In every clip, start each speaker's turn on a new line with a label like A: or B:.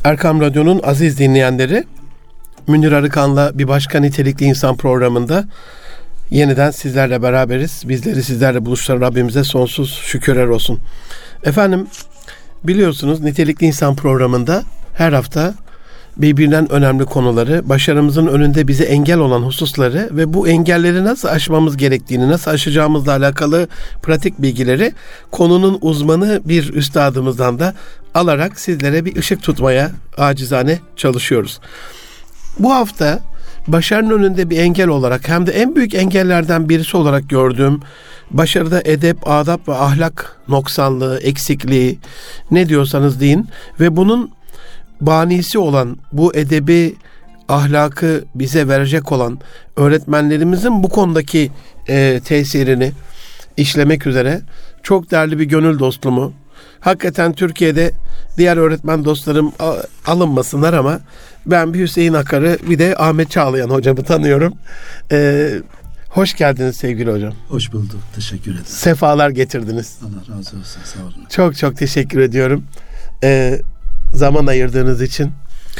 A: Erkam Radyo'nun aziz dinleyenleri, Münir Arıkan'la Bir Başka Nitelikli İnsan programında yeniden sizlerle beraberiz. Bizleri sizlerle buluşturan Rabbimize sonsuz şükürler olsun. Efendim, biliyorsunuz Nitelikli İnsan programında her hafta birbirinden önemli konuları, başarımızın önünde bize engel olan hususları ve bu engelleri nasıl aşmamız gerektiğini, nasıl aşacağımızla alakalı pratik bilgileri konunun uzmanı bir üstadımızdan da alarak sizlere bir ışık tutmaya acizane çalışıyoruz. Bu hafta başarının önünde bir engel olarak, hem de en büyük engellerden birisi olarak gördüğüm başarıda edep, adap ve ahlak noksanlığı, eksikliği, ne diyorsanız deyin ve bunun banisi olan, bu edebi, ahlakı bize verecek olan öğretmenlerimizin bu konudaki tesirini işlemek üzere çok değerli bir gönül dostumu. Hakikaten Türkiye'de diğer öğretmen dostlarım alınmasınlar ama ben bir Hüseyin Akar'ı, bir de Ahmet Çağlayan hocamı tanıyorum. Hoş geldiniz sevgili hocam.
B: Hoş bulduk. Teşekkür ederim.
A: Sefalar getirdiniz.
B: Allah razı olsun. Sağ olun.
A: Çok çok teşekkür ediyorum. Zaman ayırdığınız için.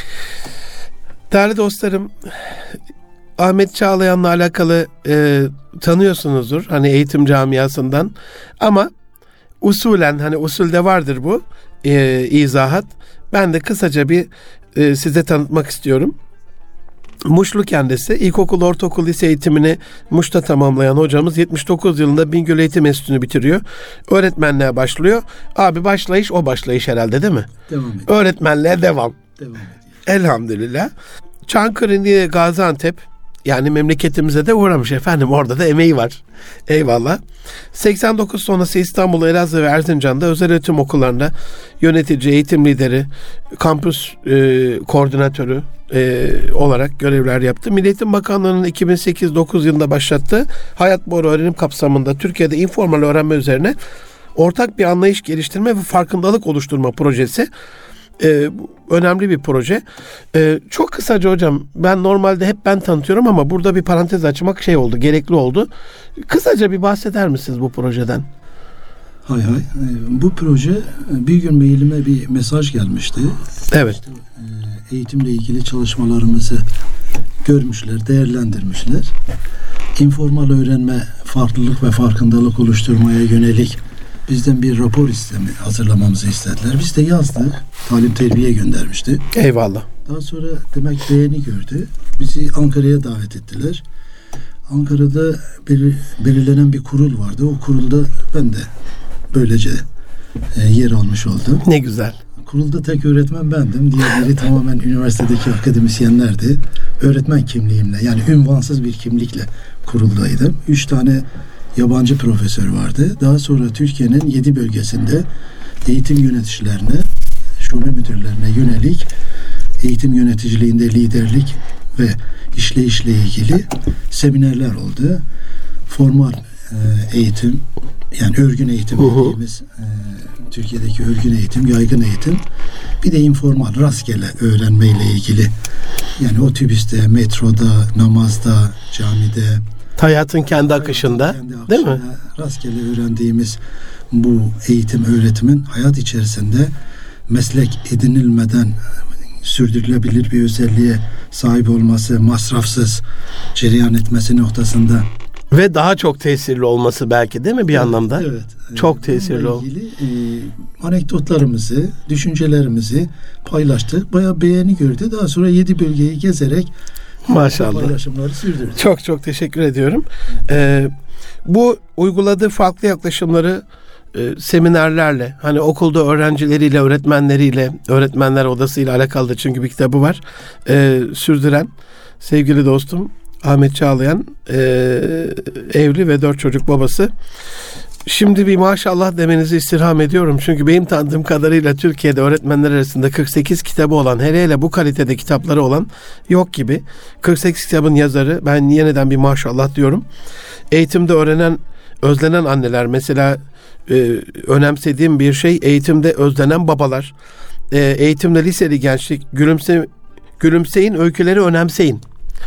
A: Değerli dostlarım, Ahmet Çağlayan'la alakalı tanıyorsunuzdur. Hani eğitim camiasından. Ama usulen, hani usulde vardır bu izahat. Ben de kısaca bir size tanıtmak istiyorum. Muşlu kendisi. İlkokul, ortaokul, lise eğitimini Muş'ta tamamlayan hocamız 79 yılında Bingöl Eğitim Enstitüsü'nü bitiriyor. Öğretmenliğe başlıyor. Abi başlayış o başlayış herhalde, değil mi?
B: Devam ediyor.
A: Öğretmenliğe devam.
B: Devam ediyor.
A: Elhamdülillah. Çankırı, Gaziantep, yani memleketimize de uğramış efendim. Orada da emeği var. Eyvallah. 89 sonrası İstanbul, Elazığ ve Erzincan'da özel öğretim okullarında yönetici, eğitim lideri, kampüs koordinatörü olarak görevler yaptı. Milli Eğitim Bakanlığı'nın 2008-9 yılında başlattığı Hayat Boyu Öğrenim kapsamında Türkiye'de informal öğrenme üzerine ortak bir anlayış geliştirme ve farkındalık oluşturma projesi. Önemli bir proje. Çok kısaca hocam, ben normalde hep ben tanıtıyorum ama burada bir parantez açmak oldu, gerekli oldu. Kısaca bir bahseder misiniz bu projeden?
B: Hay. Bu proje, bir gün mailime bir mesaj gelmişti.
A: Evet.
B: İşte, eğitimle ilgili çalışmalarımızı görmüşler, değerlendirmişler. İnformal öğrenme, farklılık ve farkındalık oluşturmaya yönelik bizden bir rapor hazırlamamızı istediler. Biz de yazdık. Talim terbiye göndermişti.
A: Eyvallah.
B: Daha sonra demek beğeni gördü. Bizi Ankara'ya davet ettiler. Ankara'da belirlenen bir kurul vardı. O kurulda ben de böylece yer almış oldum.
A: Ne güzel.
B: Kurulda tek öğretmen bendim. Diğerleri tamamen üniversitedeki akademisyenlerdi. Öğretmen kimliğimle, yani ünvansız bir kimlikle kuruldaydım. 3 tane yabancı profesör vardı. Daha sonra Türkiye'nin 7 bölgesinde eğitim yöneticilerine, şube müdürlerine yönelik eğitim yöneticiliğinde liderlik ve işleyişle ilgili seminerler oldu. Formal eğitim, yani örgün eğitim dediğimiz Türkiye'deki örgün eğitim, yaygın eğitim, bir de informal, rastgele öğrenmeyle ilgili, yani otobüste, metroda, namazda, camide,
A: hayatın kendi akışında, değil mi?
B: Rastgele öğrendiğimiz bu eğitim, öğretimin hayat içerisinde meslek edinilmeden sürdürülebilir bir özelliğe sahip olması, masrafsız cereyan etmesi noktasında
A: ve daha çok tesirli olması belki, değil mi bir anlamda?
B: Evet.
A: Çok tesirli oldu.
B: İlgili anekdotlarımızı, düşüncelerimizi paylaştık. Bayağı beğeni gördü. Daha sonra 7 bölgeyi gezerek
A: maşallah
B: paylaşımları sürdürdük.
A: Çok çok teşekkür ediyorum. Bu uyguladığı farklı yaklaşımları seminerlerle, hani okulda öğrencileriyle, öğretmenleriyle, öğretmenler odasıyla alakalı da çünkü bir kitabı var, sürdüren sevgili dostum Ahmet Çağlayan, evli ve 4 çocuk babası. Şimdi bir maşallah demenizi istirham ediyorum. Çünkü benim tanıdığım kadarıyla Türkiye'de öğretmenler arasında 48 kitabı olan, hele bu kalitede kitapları olan yok gibi. 48 kitabın yazarı, ben yeniden bir maşallah diyorum. Eğitimde özlenen anneler, mesela önemsediğim bir şey, eğitimde özlenen babalar. Eğitimde liseli gençlik, gülümseyin, öyküleri önemseyin.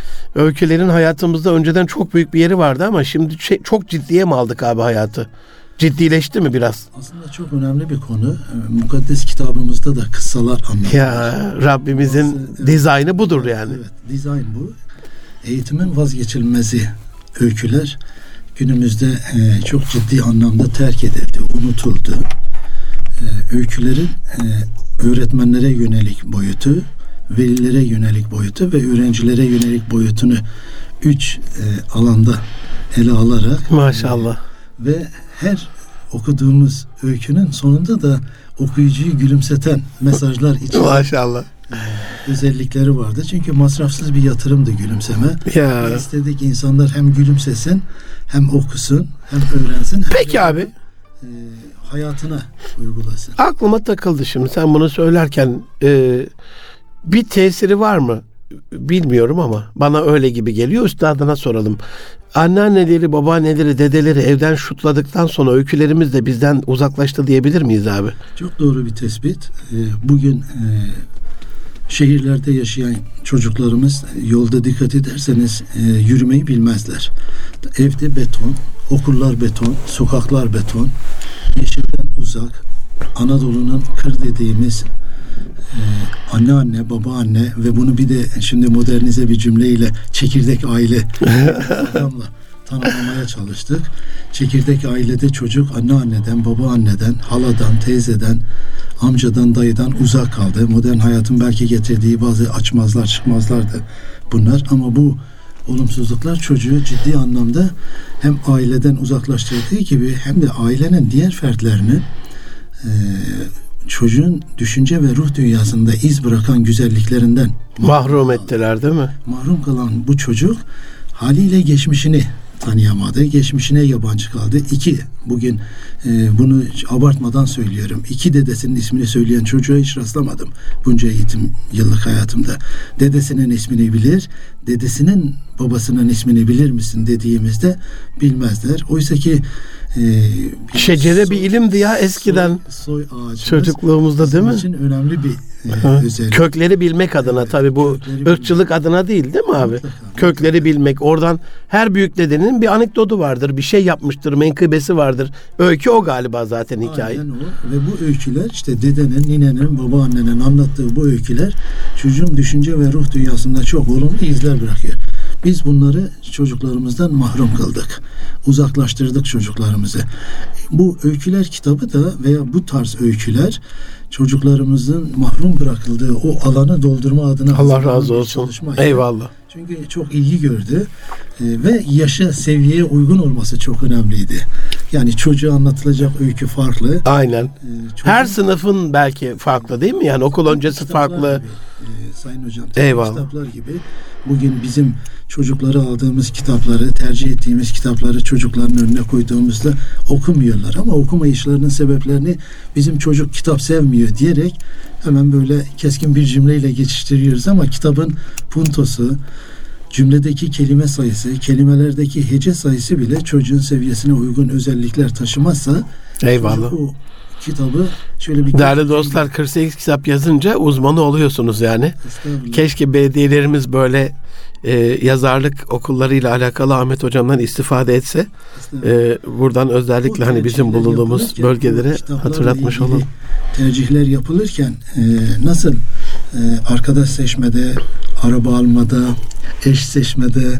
A: Öykülerin hayatımızda önceden çok büyük bir yeri vardı ama şimdi çok ciddiye mi aldık abi hayatı? ciddileşti mi biraz?
B: Aslında çok önemli bir konu. Mukaddes kitabımızda da kıssalar anlatılır.
A: Ya Rabbimizin dizaynı budur yani.
B: Evet, dizayn bu. Eğitimin vazgeçilmezi öyküler günümüzde çok ciddi anlamda terk edildi, unutuldu. Öykülerin öğretmenlere yönelik boyutu, velilere yönelik boyutu ve öğrencilere yönelik boyutunu 3 alanda ele alarak
A: maşallah
B: ve her okuduğumuz öykünün sonunda da okuyucuyu gülümseten mesajlar için
A: maşallah
B: özellikleri vardı. Çünkü masrafsız bir yatırımdı gülümseme.
A: Ya.
B: İstedik insanlar hem gülümsesin, hem okusun, hem öğrensin. Hem
A: peki abi.
B: Hayatına uygulasın.
A: Aklıma takıldı şimdi sen bunu söylerken bir tesiri var mı? Bilmiyorum ama bana öyle gibi geliyor. Üstadına soralım. Anneanneleri, babaanneleri, dedeleri evden şutladıktan sonra öykülerimiz de bizden uzaklaştı diyebilir miyiz abi?
B: Çok doğru bir tespit. Bugün şehirlerde yaşayan çocuklarımız yolda dikkat ederseniz yürümeyi bilmezler. Evde beton, okullar beton, sokaklar beton, yeşilden uzak, Anadolu'nun kır dediğimiz anneanne, babaanne ve bunu bir de şimdi modernize bir cümleyle çekirdek aile programla tanımlamaya çalıştık. Çekirdek ailede çocuk anneanneden, babaanneden, haladan, teyzeden, amcadan, dayıdan uzak kaldı. Modern hayatın belki getirdiği bazı açmazlar, çıkmazlardı bunlar ama bu olumsuzluklar çocuğu ciddi anlamda hem aileden uzaklaştırdığı gibi hem de ailenin diğer fertlerini çocuğun düşünce ve ruh dünyasında iz bırakan güzelliklerinden
A: mahrum ettiler değil mi?
B: Mahrum kalan bu çocuk haliyle geçmişini tanıyamadı. Geçmişine yabancı kaldı. Bugün bunu abartmadan söylüyorum. 2 dedesinin ismini söyleyen çocuğa hiç rastlamadım. Bunca eğitim yıllık hayatımda. Dedesinin ismini bilir. Dedesinin babasının ismini bilir misin dediğimizde bilmezler. Oysa ki
A: şecere bir ilimdi ya eskiden.
B: Soy ağacımız
A: çocukluğumuzda değil mi?
B: için önemli bir özellik.
A: Kökleri bilmek adına tabii bu ırkçılık adına değil mi abi?
B: Mutlaka.
A: Kökleri bilmek. Oradan her büyük dedenin bir anekdotu vardır. Bir şey yapmıştır. Menkıbesi vardır. Öykü o galiba zaten hikaye.
B: Aynen o. Ve bu öyküler işte dedenin, ninenin, babaannenin anlattığı bu öyküler çocuğun düşünce ve ruh dünyasında çok olumlu izler bırakıyor. Biz bunları çocuklarımızdan mahrum kıldık. Uzaklaştırdık çocuklarımızı. Bu öyküler kitabı da veya bu tarz öyküler çocuklarımızın mahrum bırakıldığı o alanı doldurma adına
A: Allah razı olsun. Eyvallah.
B: Çünkü çok ilgi gördü ve yaşa, seviyeye uygun olması çok önemliydi. Yani çocuğa anlatılacak öykü farklı.
A: Aynen. Her sınıfın belki farklı değil mi? Yani okul öncesi farklı.
B: Gibi, Sayın Hocam.
A: Eyvallah.
B: Kitaplar gibi. Bugün bizim çocuklara aldığımız kitapları, tercih ettiğimiz kitapları çocukların önüne koyduğumuzda okumuyorlar. Ama okumayışlarının sebeplerini bizim çocuk kitap sevmiyor diyerek hemen böyle keskin bir cümleyle geçiştiriyoruz ama kitabın puntosu, cümledeki kelime sayısı, kelimelerdeki hece sayısı bile çocuğun seviyesine uygun özellikler taşımazsa
A: eyvallah.
B: O kitabı şöyle bir...
A: Değerli dostlar 48 kitap yazınca uzmanı oluyorsunuz yani. Keşke belediyelerimiz böyle yazarlık okullarıyla alakalı Ahmet Hocam'dan istifade etse. Buradan özellikle hani bizim bulunduğumuz bölgeleri hatırlatmış olalım.
B: Tercihler yapılırken nasıl arkadaş seçmede, araba almada, eş seçmede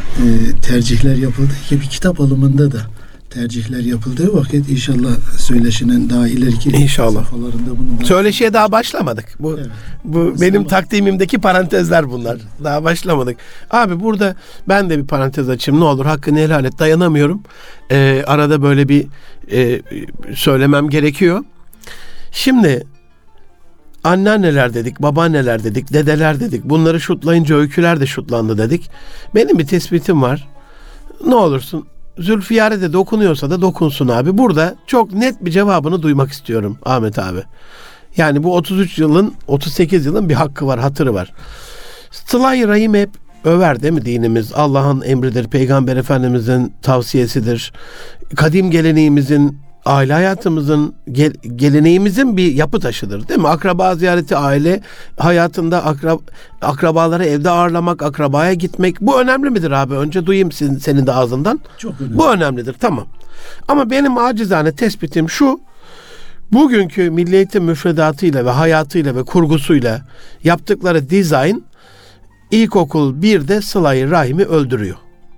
B: tercihler yapıldığı gibi kitap alımında da tercihler yapıldığı vakit inşallah söyleşinin daha ileriki safhalarında bunu...
A: Söyleşiye daha başlamadık.
B: Evet.
A: Bu benim takdimimdeki parantezler bunlar. Evet. Daha başlamadık. Abi burada ben de bir parantez açayım. Ne olur hakkını helal et. Dayanamıyorum. Arada böyle bir söylemem gerekiyor. Şimdi anneanneler dedik, babaanneler dedik, dedeler dedik. Bunları şutlayınca öyküler de şutlandı dedik. Benim bir tespitim var. Ne olursun Zülfiyare de dokunuyorsa da dokunsun abi. Burada çok net bir cevabını duymak istiyorum Ahmet abi. Yani bu 38 yılın bir hakkı var, hatırı var. Sıla-i Rahim hep över değil mi dinimiz? Allah'ın emridir, Peygamber Efendimizin tavsiyesidir. Kadim geleneğimizin aile hayatımızın, geleneğimizin bir yapı taşıdır, değil mi? Akraba ziyareti, aile hayatında akrabaları evde ağırlamak, akrabaya gitmek, bu önemli midir abi? Önce duyayım senin de ağzından.
B: Çok önemli.
A: Bu önemlidir, tamam. Ama benim acizane tespitim şu: bugünkü milli eğitim müfredatıyla ve hayatıyla ve kurgusuyla yaptıkları dizayn ilkokul 1'de sıla-i rahimi öldürüyor.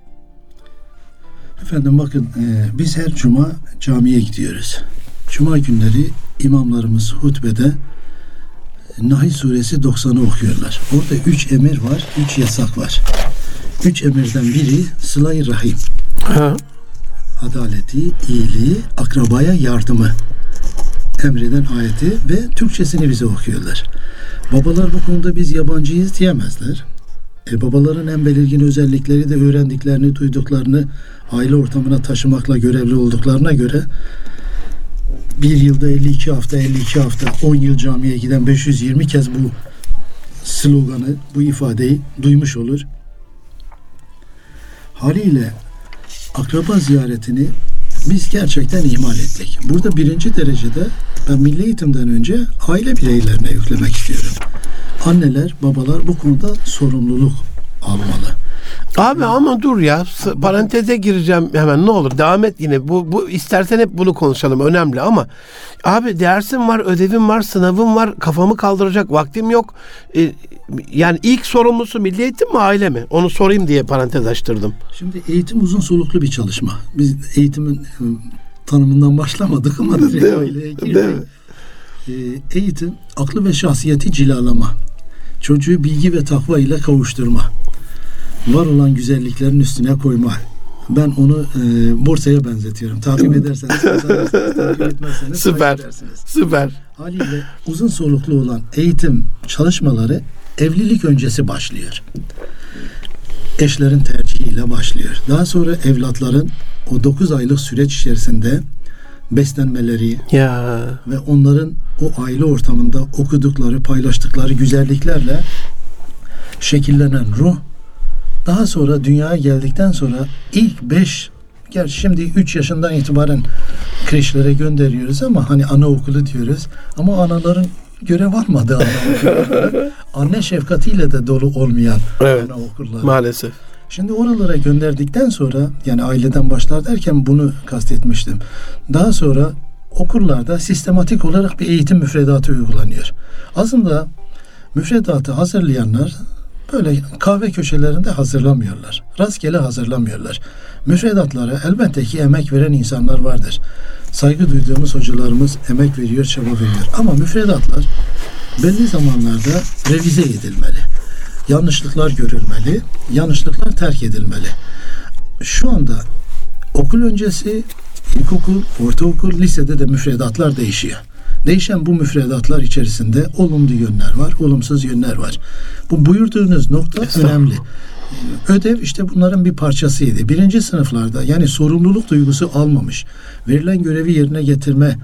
B: Efendim bakın, biz her cuma camiye gidiyoruz. Cuma günleri imamlarımız hutbede Nahl suresi 90'ı okuyorlar. Orada 3 emir var, 3 yasak var. 3 emirden biri sıla-i rahim.
A: Ha.
B: Adaleti, iyiliği, akrabaya yardımı emreden ayeti ve Türkçesini bize okuyorlar. Babalar bu konuda biz yabancıyız diyemezler. Babaların en belirgin özellikleri de öğrendiklerini, duyduklarını aile ortamına taşımakla görevli olduklarına göre bir yılda 52 hafta 10 yıl camiye giden 520 kez bu sloganı, bu ifadeyi duymuş olur. Haliyle akraba ziyaretini biz gerçekten ihmal ettik. Burada birinci derecede ben milli eğitimden önce aile bireylerine yüklemek istiyorum. Anneler, babalar bu konuda sorumluluk almalı.
A: Abi ama dur ya, paranteze gireceğim hemen, ne olur devam et yine. Bu istersen hep bunu konuşalım, önemli ama abi dersim var, ödevim var, sınavım var, kafamı kaldıracak vaktim yok. Yani ilk sorumlusu milli eğitim mi, aile mi? Onu sorayım diye parantez açtırdım.
B: Şimdi eğitim uzun soluklu bir çalışma. Biz eğitimin tanımından başlamadık ama aileye girdik. Eğitim, aklı ve şahsiyeti cilalama, çocuğu bilgi ve takva ile kavuşturma, var olan güzelliklerin üstüne koyma. Ben onu borsaya benzetiyorum. Takip ederseniz, takip etmezseniz
A: süper, süper.
B: Haliyle uzun soluklu olan eğitim çalışmaları evlilik öncesi başlıyor. Eşlerin tercihiyle başlıyor. Daha sonra evlatların o 9 aylık süreç içerisinde beslenmeleri ve onların o aile ortamında okudukları, paylaştıkları güzelliklerle şekillenen ruh, daha sonra dünyaya geldikten sonra ilk 5, gerçi şimdi 3 yaşından itibaren kreşlere gönderiyoruz ama hani anaokulu diyoruz, ama anaların görev almadığı anaokulları, anne şefkatiyle de dolu olmayan anaokulları.
A: Maalesef.
B: Şimdi oralara gönderdikten sonra, yani aileden başlar derken bunu kastetmiştim. Daha sonra okullarda sistematik olarak bir eğitim müfredatı uygulanıyor. Aslında müfredatı hazırlayanlar böyle kahve köşelerinde hazırlamıyorlar. Rastgele hazırlamıyorlar. Müfredatlara elbette ki emek veren insanlar vardır. Saygı duyduğumuz hocalarımız emek veriyor, çaba veriyor. Ama müfredatlar belli zamanlarda revize edilmeli. Yanlışlıklar görülmeli, yanlışlıklar terk edilmeli. Şu anda okul öncesi, ilkokul, ortaokul, lisede de müfredatlar değişiyor. Değişen bu müfredatlar içerisinde olumlu yönler var, olumsuz yönler var. Bu buyurduğunuz nokta önemli. Ödev işte bunların bir parçasıydı. 1. sınıflarda yani sorumluluk duygusu almamış, verilen görevi yerine getirme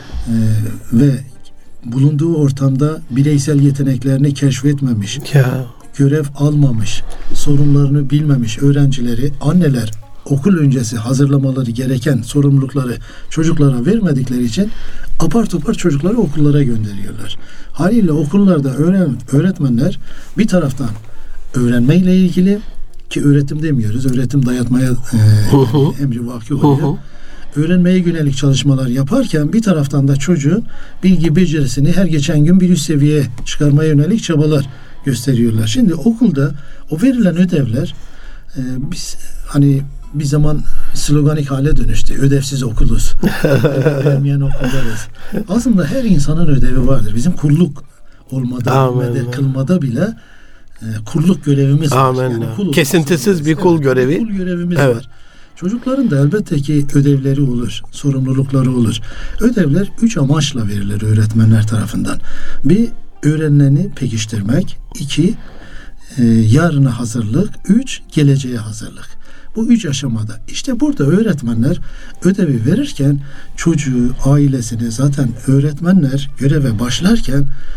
B: ve bulunduğu ortamda bireysel yeteneklerini keşfetmemiş, görev almamış, sorunlarını bilmemiş öğrencileri anneler okul öncesi hazırlamaları gereken sorumlulukları çocuklara vermedikleri için apar topar çocukları okullara gönderiyorlar. Haliyle okullarda öğretmenler bir taraftan öğrenmeyle ilgili, ki öğretim demiyoruz, öğretim dayatmaya emri vaki oluyor. Öğrenmeye yönelik çalışmalar yaparken bir taraftan da çocuğun bilgi becerisini her geçen gün bir üst seviyeye çıkarmaya yönelik çabalar gösteriyorlar. Şimdi okulda o verilen ödevler biz hani bir zaman sloganik hale dönüştü. Ödevsiz okuluz. Öğrenmeyen okullarız. Aslında her insanın ödevi vardır. Bizim kulluk olmada, kılmada bile kulluk görevimiz var. Yani
A: kesintisiz bir kul görevi.
B: Kul görevimiz var. Çocukların da elbette ki ödevleri olur, sorumlulukları olur. Ödevler 3 amaçla verilir öğretmenler tarafından. Bir, öğrenileni pekiştirmek. 2, yarına hazırlık. 3, geleceğe hazırlık. Bu 3 aşamada. İşte burada öğretmenler ödevi verirken çocuğu, ailesini, zaten öğretmenler göreve başlarken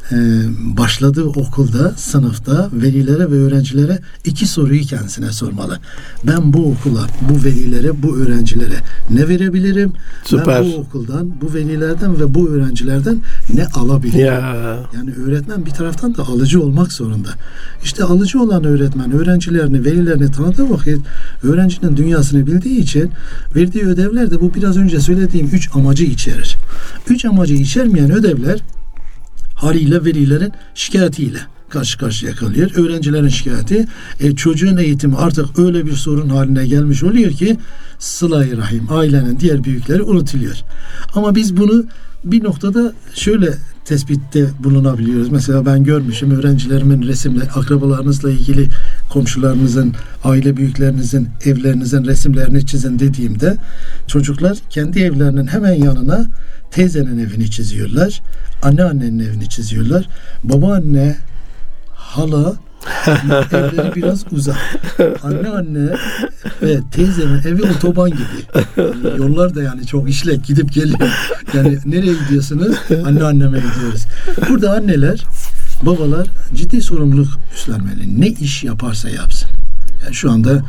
B: başladığı okulda, sınıfta velilere ve öğrencilere 2 soruyu kendisine sormalı. Ben bu okula, bu velilere, bu öğrencilere ne verebilirim?
A: Süper.
B: Ben bu okuldan, bu velilerden ve bu öğrencilerden ne alabilirim? Yani öğretmen bir taraftan da alıcı olmak zorunda. İşte alıcı olan öğretmen öğrencilerini, velilerini tanıdığı vakit öğrencinin dünyasını bildiği için verdiği ödevler de bu biraz önce söylediğim 3 amacı içerir. 3 amacı içermeyen ödevler haliyle velilerin şikayetiyle karşı karşıya kalıyor. Öğrencilerin şikayeti, çocuğun eğitimi artık öyle bir sorun haline gelmiş oluyor ki sıla-i rahim, ailenin diğer büyükleri unutuluyor. Ama biz bunu bir noktada şöyle tespitte bulunabiliyoruz. Mesela ben görmüşüm öğrencilerimin resimleri, akrabalarınızla ilgili komşularınızın, aile büyüklerinizin, evlerinizin resimlerini çizin dediğimde çocuklar kendi evlerinin hemen yanına teyzenin evini çiziyorlar. Anneannenin evini çiziyorlar. Babaanne, hala evleri biraz uzak. Anneanne ve teyzemin evi otoban gibi. Yollar da yani çok işlek, gidip geliyor. Yani nereye gidiyorsunuz? Anneanneme gidiyoruz. Burada anneler, babalar ciddi sorumluluk üstlenmeli. Ne iş yaparsa yapsın. Yani şu anda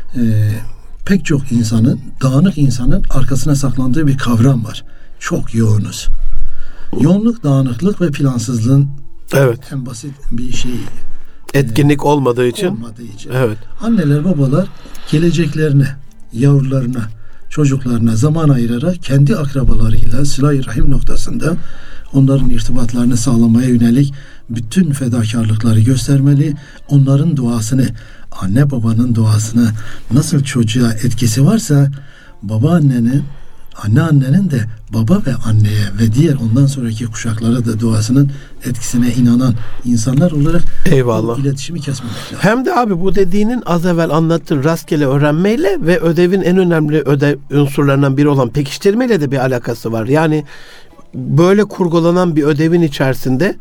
B: pek çok insanın, dağınık insanın arkasına saklandığı bir kavram var. Çok yoğunuz. Yoğunluk, dağınıklık ve plansızlığın en basit bir şey.
A: Etkinlik olmadığı için. Evet.
B: Anneler, babalar geleceklerine, yavrularına, çocuklarına zaman ayırarak kendi akrabalarıyla sıla-i rahim noktasında onların irtibatlarını sağlamaya yönelik bütün fedakarlıkları göstermeli. Onların duasını, anne babanın duasını nasıl çocuğa etkisi varsa babaannenin, anneannenin de baba ve anneye ve diğer ondan sonraki kuşaklara da duasının etkisine inanan insanlar olarak iletişimi kesmemek lazım.
A: Hem de abi bu dediğinin az evvel anlattığın rastgele öğrenmeyle ve ödevin en önemli ödev unsurlarından biri olan pekiştirmeyle de bir alakası var. Yani böyle kurgulanan bir ödevin içerisinde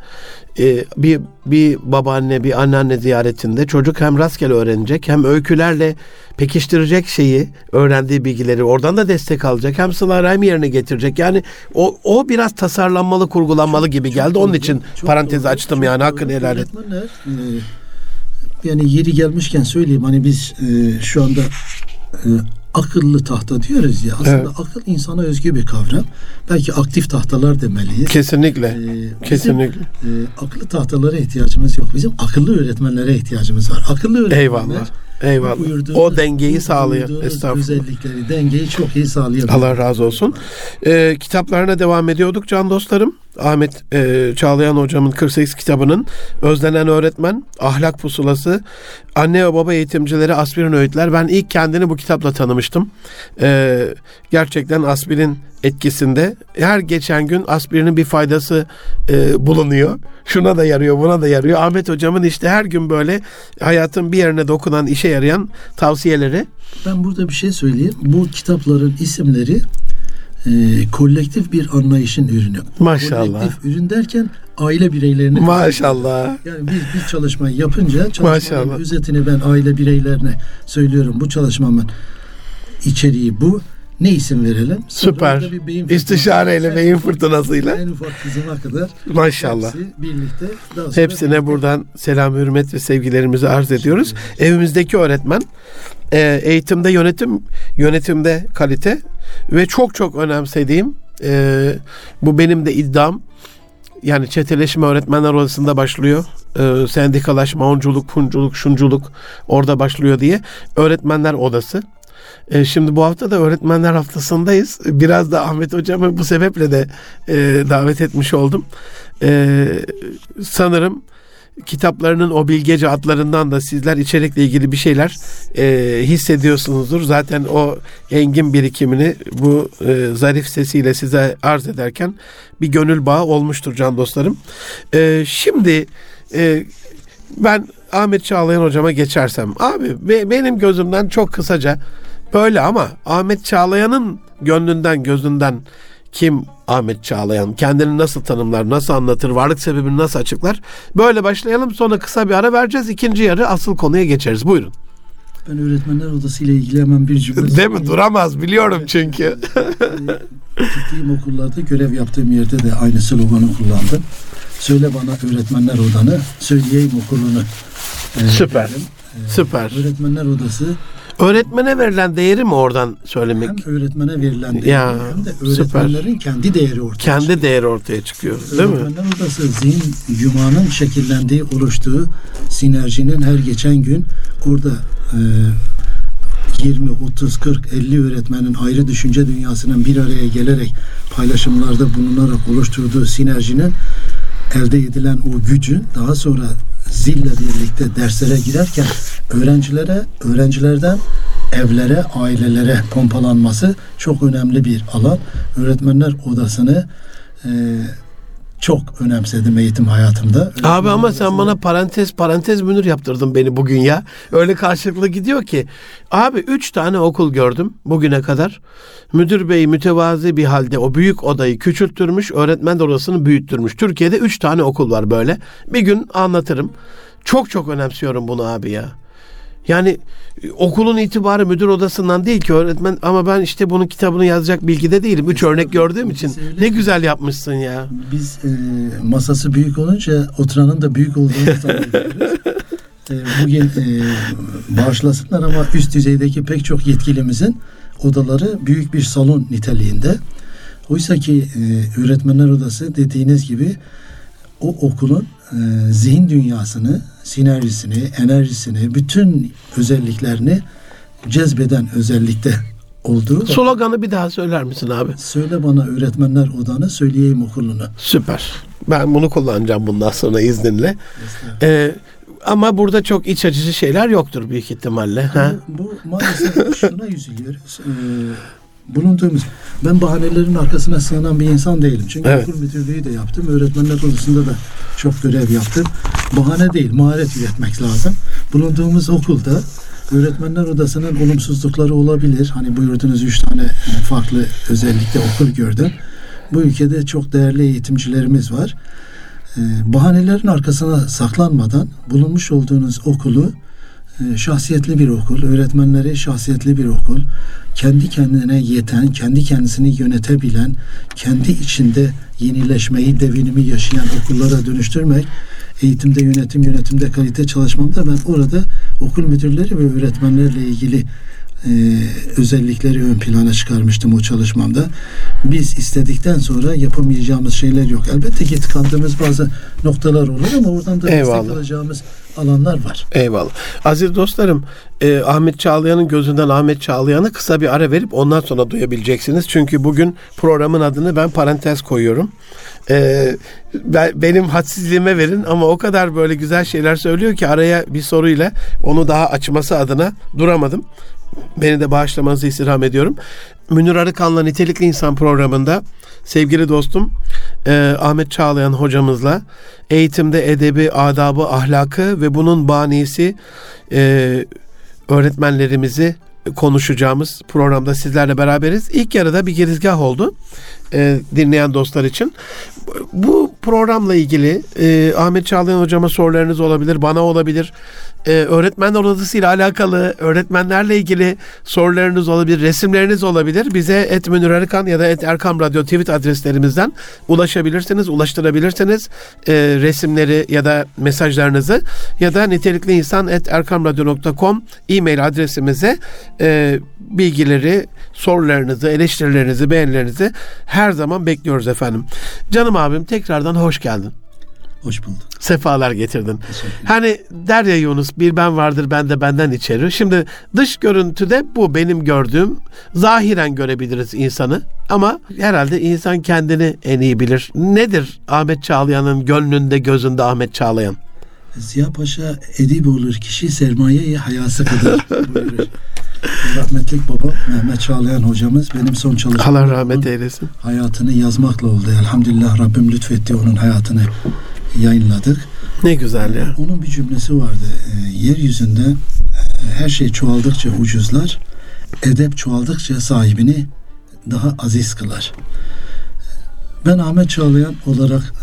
A: bir babaanne, bir anneanne ziyaretinde çocuk hem rastgele öğrenecek, hem öykülerle pekiştirecek şeyi, öğrendiği bilgileri oradan da destek alacak, hem sıla-i rahim yerine getirecek. Yani o biraz tasarlanmalı, kurgulanmalı gibi geldi. Onun için parantezi açtım yani, hakkını helal et.
B: Yani yeri gelmişken söyleyeyim, hani biz şu anda akıllı tahta diyoruz ya. Aslında akıl insana özgü bir kavram. Belki aktif tahtalar demeliyiz.
A: Kesinlikle. Kesinlikle.
B: Akıllı tahtalara ihtiyacımız yok. Bizim akıllı öğretmenlere ihtiyacımız var. Akıllı öğretmenler
A: Eyvallah. O dengeyi sağlıyor.
B: Estağfurullah. Özellikleri, dengeyi çok iyi sağlıyor.
A: Allah razı olsun. Kitaplarına devam ediyorduk can dostlarım. Ahmet Çağlayan hocamın 48 kitabının Özlenen Öğretmen, Ahlak Pusulası, Anne ve Baba Eğitimcileri, Aspirin Öğütler. Ben ilk kendini bu kitapla tanımıştım. Gerçekten aspirin etkisinde her geçen gün aspirinin bir faydası bulunuyor. Şuna da yarıyor, buna da yarıyor. Ahmet hocamın işte her gün böyle hayatın bir yerine dokunan, işe yarayan tavsiyeleri.
B: Ben burada bir şey söyleyeyim. Bu kitapların isimleri kolektif bir anlayışın ürünü.
A: Maşallah.
B: Kolektif ürün derken aile bireylerini.
A: Maşallah.
B: Yani biz bir çalışmayı yapınca çalışmanın özetini ben aile bireylerine söylüyorum. Bu çalışmamın içeriği bu. Ne isim verelim?
A: Süper. İstişareyle, beyin fırtınasıyla.
B: En ufak kızıma kadar.
A: Maşallah.
B: Hepsi birlikte.
A: Hepsine buradan selam, hürmet ve sevgilerimizi arz ediyoruz. Evimizdeki öğretmen, eğitimde yönetimde kalite ve çok çok önemsediğim, bu benim de iddiam, yani çeteleşme öğretmenler odasında başlıyor. Sendikalaşma, onculuk, punculuk, şunculuk orada başlıyor diye. Öğretmenler odası. Şimdi bu hafta da öğretmenler haftasındayız. Biraz da Ahmet hocamı bu sebeple de davet etmiş oldum. Sanırım kitaplarının o bilgece adlarından da sizler içerikle ilgili bir şeyler hissediyorsunuzdur. Zaten o engin birikimini bu zarif sesiyle size arz ederken bir gönül bağı olmuştur can dostlarım. Şimdi ben Ahmet Çağlayan hocama geçersem, abi benim gözümden çok kısaca böyle, ama Ahmet Çağlayan'ın gönlünden, gözünden kim Ahmet Çağlayan? Kendini nasıl tanımlar, nasıl anlatır, varlık sebebini nasıl açıklar? Böyle başlayalım, sonra kısa bir ara vereceğiz. İkinci yarı asıl konuya geçeriz. Buyurun.
B: Ben öğretmenler odası ile ilgili hemen bir cümle.
A: Değil mi? Duramaz biliyorum çünkü.
B: Gittiğim okullarda, görev yaptığım yerde de aynı sloganı kullandım. Söyle bana öğretmenler odanı, söyleyeyim okulunu.
A: Süper. Süper.
B: Öğretmenler odası.
A: Öğretmene verilen değeri mi oradan söylemek?
B: Hem öğretmene verilen değeri
A: ya,
B: hem de öğretmenlerin
A: süper.
B: kendi değeri ortaya çıkıyor.
A: Kendi değeri ortaya çıkıyor. Değil mi?
B: Öğretmenler odası zihin yumağının şekillendiği, oluştuğu sinerjinin her geçen gün orada 20, 30, 40, 50 öğretmenin ayrı düşünce dünyasının bir araya gelerek paylaşımlarda bulunarak oluşturduğu sinerjinin elde edilen o gücün daha sonra zille birlikte derslere girerken öğrencilerden evlere, ailelere pompalanması çok önemli bir alan. Öğretmenler odasını çok önemsedim eğitim hayatımda.
A: Abi ama sen bana parantez Münir yaptırdın beni bugün ya. Öyle karşılıklı gidiyor ki. Abi 3 tane okul gördüm bugüne kadar. Müdür bey mütevazi bir halde o büyük odayı küçülttürmüş, öğretmen odasını büyüttürmüş. Türkiye'de 3 tane okul var böyle. Bir gün anlatırım. Çok önemsiyorum bunu abi ya. Yani okulun itibarı müdür odasından değil ki öğretmen, ama ben işte bunun kitabını yazacak bilgide değilim. 3 örnek gördüğüm için ne güzel yapmışsın ya.
B: Biz masası büyük olunca oturanın da büyük olduğunu sanıyoruz. Bugün bağışlasınlar ama üst düzeydeki pek çok yetkilimizin odaları büyük bir salon niteliğinde. Oysa ki öğretmenler odası dediğiniz gibi o okulun zihin dünyasını, sinerjisini, enerjisini, bütün özelliklerini cezbeden özellikte olduğu.
A: Sloganı bir daha söyler misin abi?
B: Söyle bana öğretmenler odanı, söyleyeyim okulunu.
A: Süper. Ben bunu kullanacağım bundan sonra izninle. Ama burada çok iç açıcı şeyler yoktur büyük ihtimalle.
B: Bu maalesef şuna üzülüyoruz. Ben bahanelerin arkasına sığınan bir insan değilim. Çünkü okul müdürlüğü de yaptım. Öğretmenler odasında da çok görev yaptım. Bahane değil, maharet üretmek lazım. Bulunduğumuz okulda öğretmenler odasının olumsuzlukları olabilir. Hani buyurdunuz 3 tane farklı özellikle okul gördüm. Bu ülkede çok değerli eğitimcilerimiz var. Bahanelerin arkasına saklanmadan bulunmuş olduğunuz okulu şahsiyetli bir okul, öğretmenleri şahsiyetli bir okul, kendi kendine yeten, kendi kendisini yönetebilen, kendi içinde yenileşmeyi, devinimi yaşayan okullara dönüştürmek, eğitimde, yönetimde kalite çalışmamda ben orada okul müdürleri ve öğretmenlerle ilgili özellikleri ön plana çıkarmıştım o çalışmamda. Biz istedikten sonra yapamayacağımız şeyler yok. Elbette ki tıkandığımız bazı noktalar olur ama oradan da destek alacağımız alanlar var.
A: Eyvallah. Aziz dostlarım, Ahmet Çağlayan'ın gözünden Ahmet Çağlayan'ı kısa bir ara verip ondan sonra duyabileceksiniz. Çünkü bugün programın adını ben parantez koyuyorum. Benim hadsizliğime verin ama o kadar böyle güzel şeyler söylüyor ki araya bir soruyla onu daha açması adına duramadım. Beni de bağışlamanızı istirham ediyorum. Münir Arıkan'la Nitelikli İnsan programında sevgili dostum Ahmet Çağlayan hocamızla eğitimde edebi, adabı, ahlakı ve bunun banisi öğretmenlerimizi konuşacağımız programda sizlerle beraberiz. İlk yarıda bir girizgah oldu dinleyen dostlar için. Bu programla ilgili Ahmet Çağlayan hocama sorularınız olabilir, bana olabilir. Öğretmenler odası ile alakalı, öğretmenlerle ilgili sorularınız olabilir, resimleriniz olabilir. Bize @Münir Arıkan ya da @Erkam Radyo tweet adreslerimizden ulaşabilirsiniz, ulaştırabilirsiniz resimleri ya da mesajlarınızı ya da nitelikliinsan@erkamradyo.com e-mail adresimize bilgileri, sorularınızı, eleştirilerinizi, beğenilerinizi her zaman bekliyoruz efendim. Canım abim tekrardan hoş geldin.
B: Hoş bulduk.
A: Sefalar getirdin. Hani der ya Yunus, bir ben vardır ben de benden içeri. Şimdi dış görüntüde bu benim gördüğüm, zahiren görebiliriz insanı ama herhalde insan kendini en iyi bilir. Nedir Ahmet Çağlayan'ın gönlünde, gözünde Ahmet Çağlayan?
B: Ziya Paşa edip olur kişi sermaye-i hayası kadar buyurur. Rahmetlik babam Mehmet Çağlayan hocamız benim son çalışmam.
A: Allah rahmet eylesin.
B: Hayatını yazmakla oldu. Elhamdülillah Rabbim lütfetti, onun hayatını yayınladık.
A: Ne güzel ya.
B: Onun bir cümlesi vardı. Yeryüzünde her şey çoğaldıkça ucuzlar, edep çoğaldıkça sahibini daha aziz kılar. Ben Ahmet Çağlayan olarak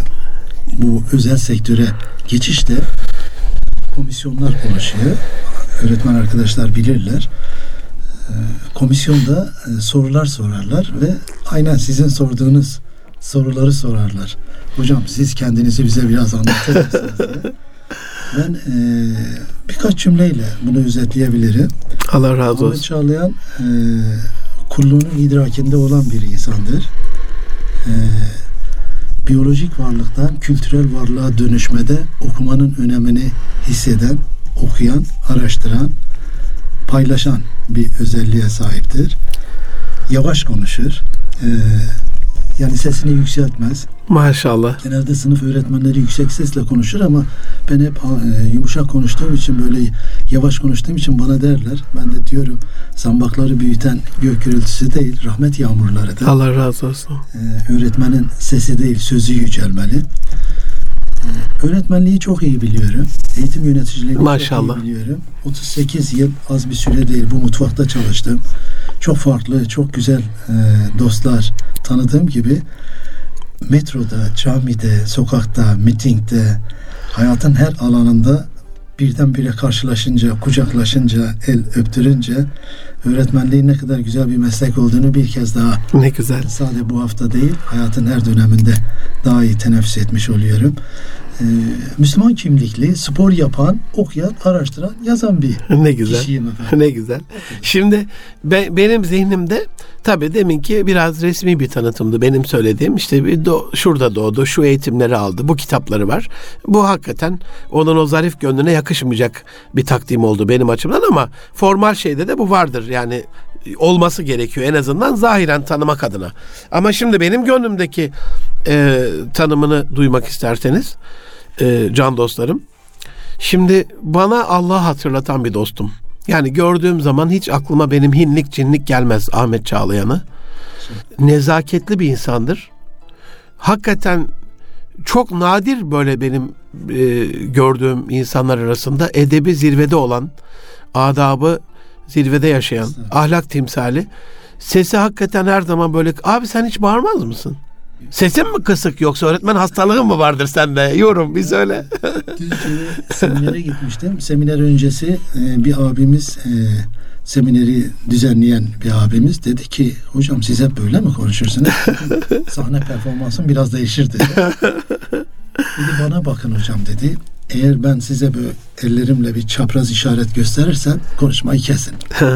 B: bu özel sektöre geçişte komisyonlar oluşuyor. öğretmen arkadaşlar bilirler. Komisyonda sorular sorarlar ve aynen sizin sorduğunuz soruları sorarlar. Hocam siz kendinizi bize biraz anlatır mısınız diye. Ben birkaç cümleyle bunu özetleyebilirim.
A: Allah razı olsun.
B: Ahmet Çağlayan kulluğunun idrakinde olan bir insandır. Biyolojik varlıktan kültürel varlığa dönüşmede okumanın önemini hisseden, okuyan, araştıran, paylaşan bir özelliğe sahiptir. Yavaş konuşur. Yani sesini yükseltmez.
A: Maşallah.
B: Genelde sınıf öğretmenleri yüksek sesle konuşur ama ben hep yumuşak konuştuğum için, böyle yavaş konuştuğum için bana derler. Ben de diyorum, zambakları büyüten gök gürültüsü değil, rahmet yağmurlarıdır.
A: Allah razı olsun.
B: Öğretmenin sesi değil, sözü yücelmeli. Öğretmenliği çok iyi biliyorum. Eğitim yöneticiliğini
A: Maşallah.
B: çok iyi biliyorum. 38 yıl az bir süre değil. Bu mutfakta çalıştım. Çok farklı, çok güzel dostlar tanıdığım gibi metroda, camide, sokakta, mitingde, hayatın her alanında birdenbire karşılaşınca, kucaklaşınca, el öptürünce öğretmenliğin ne kadar güzel bir meslek olduğunu bir kez daha,
A: ne güzel,
B: sadece bu hafta değil, hayatın her döneminde daha iyi teneffüs etmiş oluyorum. Müslüman kimlikli, spor yapan, okuyan, araştıran, yazan bir
A: ne güzel
B: kişiyim efendim.
A: Ne güzel. Şimdi benim zihnimde tabii deminki biraz resmi bir tanıtımdı benim söylediğim. İşte şurada doğdu, şu eğitimleri aldı, bu kitapları var. Bu hakikaten onun o zarif gönlüne yakışmayacak bir takdim oldu benim açımdan, ama formal şeyde de bu vardır. Yani olması gerekiyor en azından zahiren tanımak adına. Ama şimdi benim gönlümdeki tanımını duymak isterseniz can dostlarım. Şimdi bana Allah'ı hatırlatan bir dostum. Yani gördüğüm zaman hiç aklıma benim hinlik cinlik gelmez Ahmet Çağlayan'ı. Nezaketli bir insandır. Hakikaten çok nadir böyle benim gördüğüm insanlar arasında edebi zirvede olan, adabı zirvede yaşayan, ahlak timsali. Sesi hakikaten her zaman böyle, abi sen hiç bağırmaz mısın? Sesin mi kısık yoksa öğretmen hastalığın mı vardır sende? Yorum bir söyle.
B: Düzce'ye seminere gitmiştim. Seminer öncesi bir abimiz, semineri düzenleyen bir abimiz dedi ki, hocam siz hep böyle mi konuşursunuz? Sahne performansım biraz değişir dedi. Dedi bana bakın hocam dedi. Eğer ben size böyle ellerimle bir çapraz işaret gösterirsem konuşmayı kesin.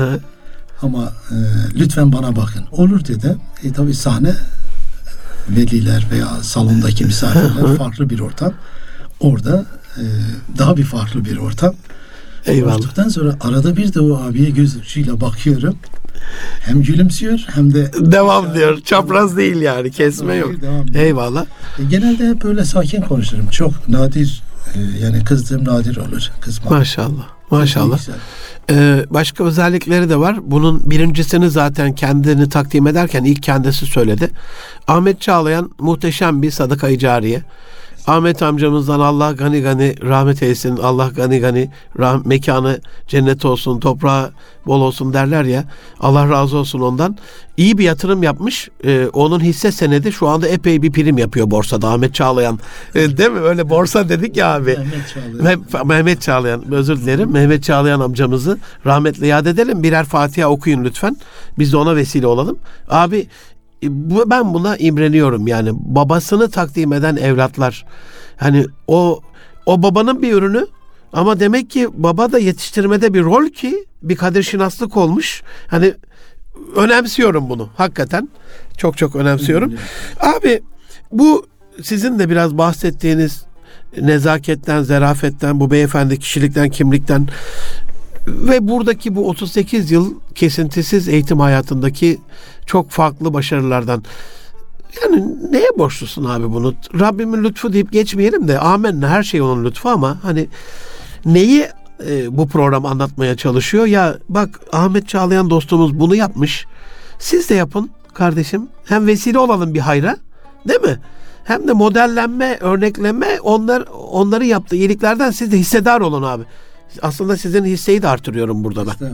B: Ama lütfen bana bakın. Olur dedi. Tabii sahne, veliler veya salondaki misafirler, farklı bir ortam. Orada daha bir farklı bir ortam.
A: Eyvallah.
B: Konuştuktan sonra arada bir de o abiye göz ucuyla bakıyorum. Hem gülümsüyor hem de
A: devam diyor. Çapraz değil yani. Kesme yok. Eyvallah.
B: Genelde hep böyle sakin konuşurum. Çok nadir, yani kızdığım nadir olur. Kızmam.
A: Maşallah. Maşallah. Başka özellikleri de var. Bunun birincisini zaten kendini takdim ederken ilk kendisi söyledi. Ahmet Çağlayan muhteşem bir sadaka-i cariye. Ahmet amcamızdan Allah gani gani rahmet eylesin. Allah gani gani mekanı cennet olsun, toprağı bol olsun derler ya. Allah razı olsun ondan. İyi bir yatırım yapmış. Onun hisse senedi şu anda epey bir prim yapıyor borsada Ahmet Çağlayan. Değil mi? Öyle borsa dedik ya abi. Mehmet Çağlayan. Özür dilerim. Mehmet Çağlayan amcamızı rahmetle yad edelim. Birer Fatiha okuyun lütfen. Biz de ona vesile olalım. Abi ben buna imreniyorum yani, babasını takdim eden evlatlar. Hani o babanın bir ürünü, ama demek ki baba da yetiştirmede bir rol ki bir kadirşinaslık olmuş. Hani önemsiyorum bunu hakikaten. Çok çok önemsiyorum. Abi bu sizin de biraz bahsettiğiniz nezaketten, zarafetten, bu beyefendi kişilikten, kimlikten ve buradaki bu 38 yıl kesintisiz eğitim hayatındaki çok farklı başarılardan, yani neye borçlusun abi bunu? Rabbimin lütfu deyip geçmeyelim de, amenna, her şey onun lütfu, ama hani neyi bu program anlatmaya çalışıyor? Ya bak, Ahmet Çağlayan dostumuz bunu yapmış. Siz de yapın kardeşim. Hem vesile olalım bir hayra, değil mi? Hem de modellenme, örnekleme, onları yaptığı iyiliklerden siz de hissedar olun abi. Aslında sizin hisseyi de artırıyorum burada da.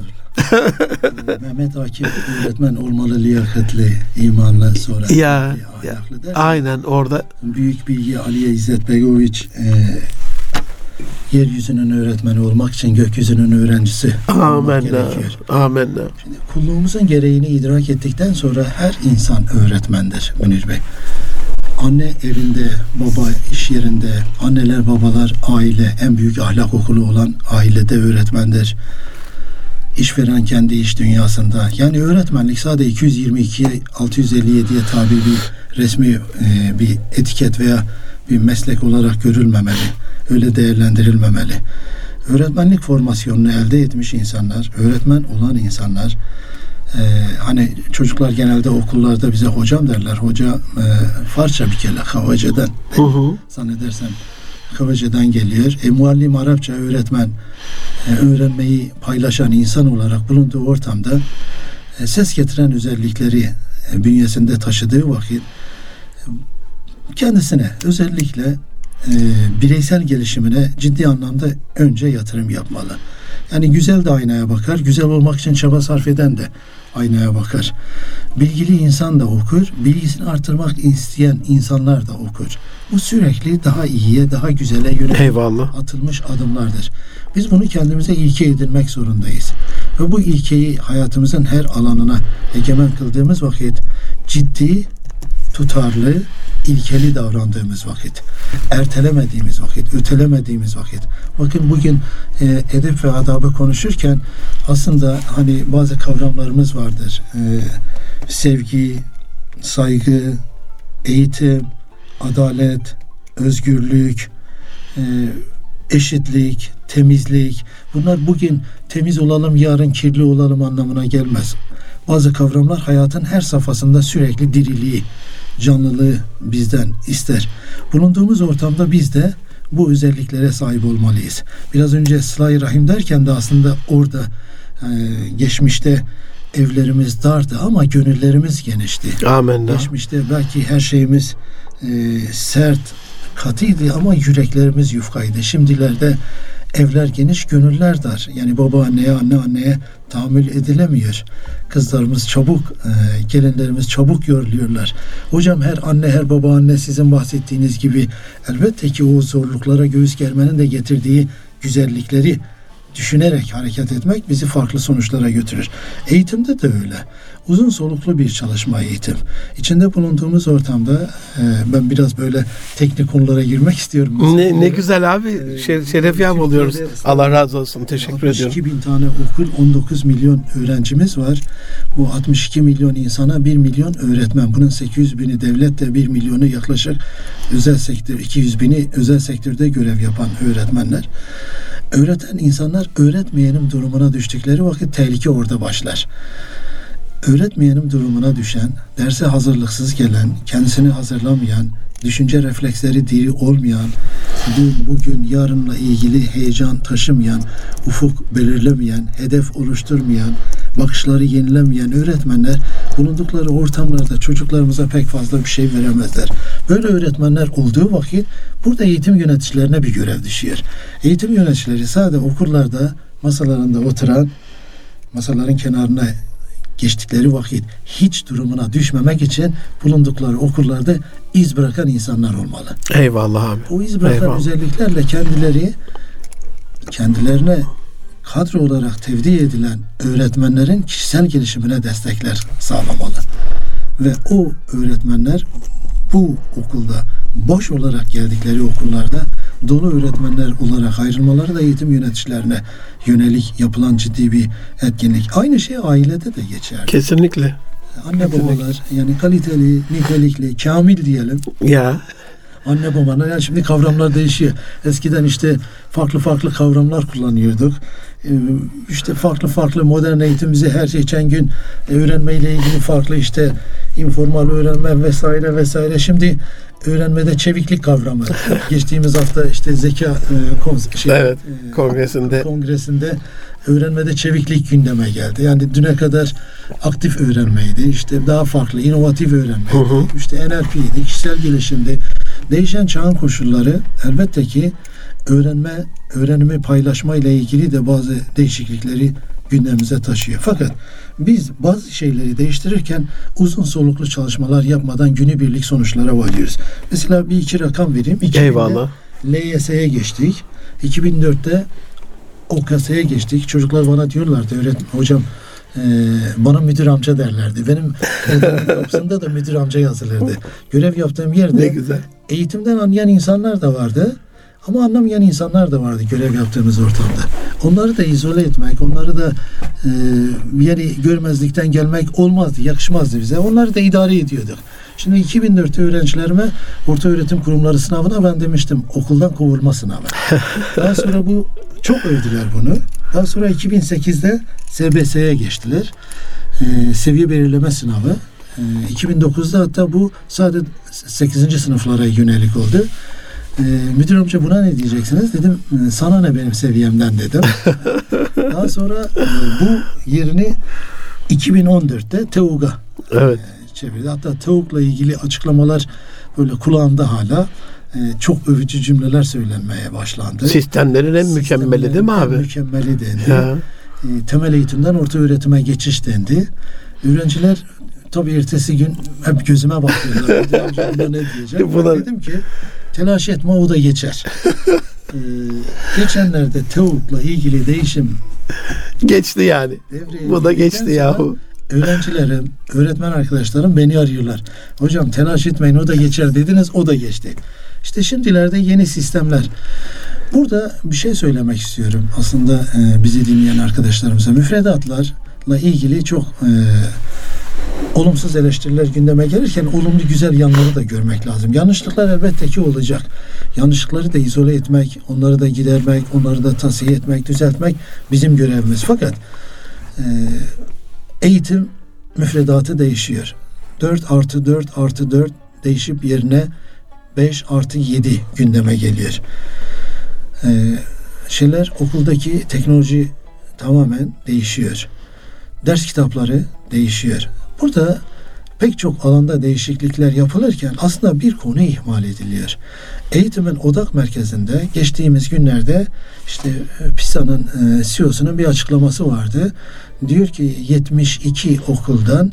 B: Mehmet Akif öğretmen olmalı, liyakatli, imanlı, sonra ahlaklı der.
A: Aynen orada.
B: Büyük bilgi Aliye İzzet Begoviç yeryüzünün öğretmeni olmak için gökyüzünün öğrencisi olmak gerekiyor.
A: Amenna.
B: Şimdi kulluğumuzun gereğini idrak ettikten sonra her insan öğretmendir Münir Bey. Anne evinde, baba iş yerinde, anneler, babalar aile, en büyük ahlak okulu olan ailede öğretmendir. İşveren kendi iş dünyasında. Yani öğretmenlik sadece 222'ye 657'ye tabi bir resmi bir etiket veya bir meslek olarak görülmemeli. Öyle değerlendirilmemeli. Öğretmenlik formasyonunu elde etmiş insanlar, öğretmen olan insanlar, hani çocuklar genelde okullarda bize hocam derler. Hoca Farsça bir kere Kavace'den. Zannedersem Kavace'den geliyor. Muallim Arapça öğretmen, öğrenmeyi paylaşan insan olarak bulunduğu ortamda ses getiren özellikleri bünyesinde taşıdığı vakit kendisine özellikle bireysel gelişimine ciddi anlamda önce yatırım yapmalı. Yani güzel de aynaya bakar, güzel olmak için çaba sarf eden de aynaya bakar. Bilgili insan da okur, bilgisini artırmak isteyen insanlar da okur. Bu sürekli daha iyiye, daha güzele yönelik atılmış adımlardır. Biz bunu kendimize ilke edinmek zorundayız. Ve bu ilkeyi hayatımızın her alanına egemen kıldığımız vakit ciddi, tutarlı, ilkeli davrandığımız vakit, ertelemediğimiz vakit, ötelemediğimiz vakit. Bakın bugün edep ve adabı konuşurken aslında hani bazı kavramlarımız vardır. Sevgi, saygı, eğitim, adalet, özgürlük, eşitlik, temizlik. Bunlar bugün temiz olalım, yarın kirli olalım anlamına gelmez. Bazı kavramlar hayatın her safhasında sürekli diriliği, canlılığı bizden ister. Bulunduğumuz ortamda biz de bu özelliklere sahip olmalıyız. Biraz önce sıla-i rahim derken de aslında orada geçmişte evlerimiz dardı ama gönüllerimiz genişti.
A: Amenna.
B: Geçmişte belki her şeyimiz sert, katıydı ama yüreklerimiz yufkaydı. Şimdilerde evler geniş, gönüller dar. Yani baba anneye, anne anneye tahammül edilemiyor. Kızlarımız çabuk, gelinlerimiz çabuk yoruluyorlar. Hocam her anne, her baba anne sizin bahsettiğiniz gibi elbette ki o zorluklara göğüs germenin de getirdiği güzellikleri düşünerek hareket etmek bizi farklı sonuçlara götürür. Eğitimde de öyle. Uzun soluklu bir çalışma eğitim. İçinde bulunduğumuz ortamda ben biraz böyle teknik konulara girmek istiyorum.
A: Ne güzel abi. Şeref yap oluyoruz. Allah razı olsun. Teşekkür ediyorum.
B: 62 bin tane okul, 19 milyon öğrencimiz var. Bu 62 milyon insana 1 milyon öğretmen. Bunun 800 bini devlette, 1 milyonu yaklaşık özel sektör, 200 bini özel sektörde görev yapan öğretmenler. Öğreten insanlar öğretmeyenim durumuna düştükleri vakit tehlike orada başlar. Öğretmeyenim durumuna düşen, derse hazırlıksız gelen, kendisini hazırlamayan, düşünce refleksleri diri olmayan, dün, bugün, yarınla ilgili heyecan taşımayan, ufuk belirlemeyen, hedef oluşturmayan, bakışları yenilemeyen öğretmenler bulundukları ortamlarda çocuklarımıza pek fazla bir şey veremezler. Böyle öğretmenler olduğu vakit burada eğitim yöneticilerine bir görev düşüyor. Eğitim yöneticileri sadece okullarda masalarında oturan, masaların kenarına geçtikleri vakit hiç durumuna düşmemek için bulundukları okullarda iz bırakan insanlar olmalı.
A: Eyvallah abi.
B: O iz bırakan özelliklerle kendilerine kadro olarak tevdi edilen öğretmenlerin kişisel gelişimine destekler sağlamalı. Ve o öğretmenler bu okulda boş olarak geldikleri okullarda dolu öğretmenler olarak ayrılmaları da eğitim yöneticilerine yönelik yapılan ciddi bir etkinlik. Aynı şey ailede de geçerli.
A: Kesinlikle.
B: Anne babalar yani kaliteli, nitelikli, kamil diyelim.
A: Ya.
B: Anne babalar yani şimdi kavramlar değişiyor. Eskiden işte farklı kavramlar kullanıyorduk. İşte farklı modern eğitim bize her geçen gün öğrenmeyle ilgili farklı işte informal öğrenme vesaire. Şimdi öğrenmede çeviklik kavramı. Geçtiğimiz hafta işte zeka kongresinde öğrenmede çeviklik gündeme geldi. Yani düne kadar aktif öğrenmeydi. İşte daha farklı, inovatif öğrenmeydi. İşte NLP'ydi, kişisel gelişimdi. Değişen çağın koşulları elbette ki öğrenimi paylaşma ile ilgili de bazı değişiklikleri gündemimize taşıyor. Fakat biz bazı şeyleri değiştirirken uzun soluklu çalışmalar yapmadan günübirlik sonuçlara varıyoruz. Mesela bir iki rakam vereyim.
A: Eyvallah.
B: LYS'ye geçtik. 2004'te OKS'ye geçtik. Çocuklar bana diyorlardı, hocam bana müdür amca derlerdi. Benim kapısında da müdür amca yazılırdı. Görev yaptığım yerde
A: ne güzel.
B: Eğitimden anlayan insanlar da vardı. Ama anlamayan insanlar da vardı görev yaptığımız ortamda. Onları da izole etmek, onları da yani görmezlikten gelmek olmazdı, yakışmazdı bize. Onları da idare ediyorduk. Şimdi 2004'te öğrencilerime orta öğretim kurumları sınavına ben demiştim okuldan kovulma sınavı. Daha sonra bu çok övdüler bunu. Daha sonra 2008'de SBS'ye geçtiler. Seviye belirleme sınavı. 2009'da hatta bu sadece 8. sınıflara yönelik oldu. Müdür amca buna ne diyeceksiniz? Dedim sana ne benim seviyemden dedim. Daha sonra bu yerini 2014'te TEUG'a çevirdi. Hatta TEUG'la ilgili açıklamalar böyle kulağımda hala çok övücü cümleler söylenmeye başlandı.
A: Sistemlerin en mükemmeli değil mi abi?
B: Mükemmeli dendi. Temel eğitimden orta öğretime geçiş dendi. Öğrenciler tabii ertesi gün hep gözüme bakıyorlar. Müdür amca buna ne diyecek? Dedim ki telaş etme o da geçer. Geçenlerde TEUG'la ilgili değişim
A: geçti yani. Bu da geçti yahu.
B: Öğrencilerim, öğretmen arkadaşlarım beni arıyorlar. Hocam telaş etmeyin o da geçer dediniz, o da geçti. İşte şimdilerde yeni sistemler. Burada bir şey söylemek istiyorum. Aslında bizi dinleyen arkadaşlarımıza müfredatlarla ilgili çok olumsuz eleştiriler gündeme gelirken olumlu güzel yanları da görmek lazım. Yanlışlıklar elbette ki olacak. Yanlışlıkları da izole etmek, onları da gidermek, onları da tasfiye etmek, düzeltmek bizim görevimiz. Fakat eğitim müfredatı değişiyor. 4+4+4 değişip yerine 5+7 gündeme geliyor. Okuldaki teknoloji tamamen değişiyor. Ders kitapları değişiyor. Burada pek çok alanda değişiklikler yapılırken aslında bir konu ihmal ediliyor. Eğitimin odak merkezinde geçtiğimiz günlerde işte PISA'nın CEO'sunun bir açıklaması vardı. Diyor ki 72 okuldan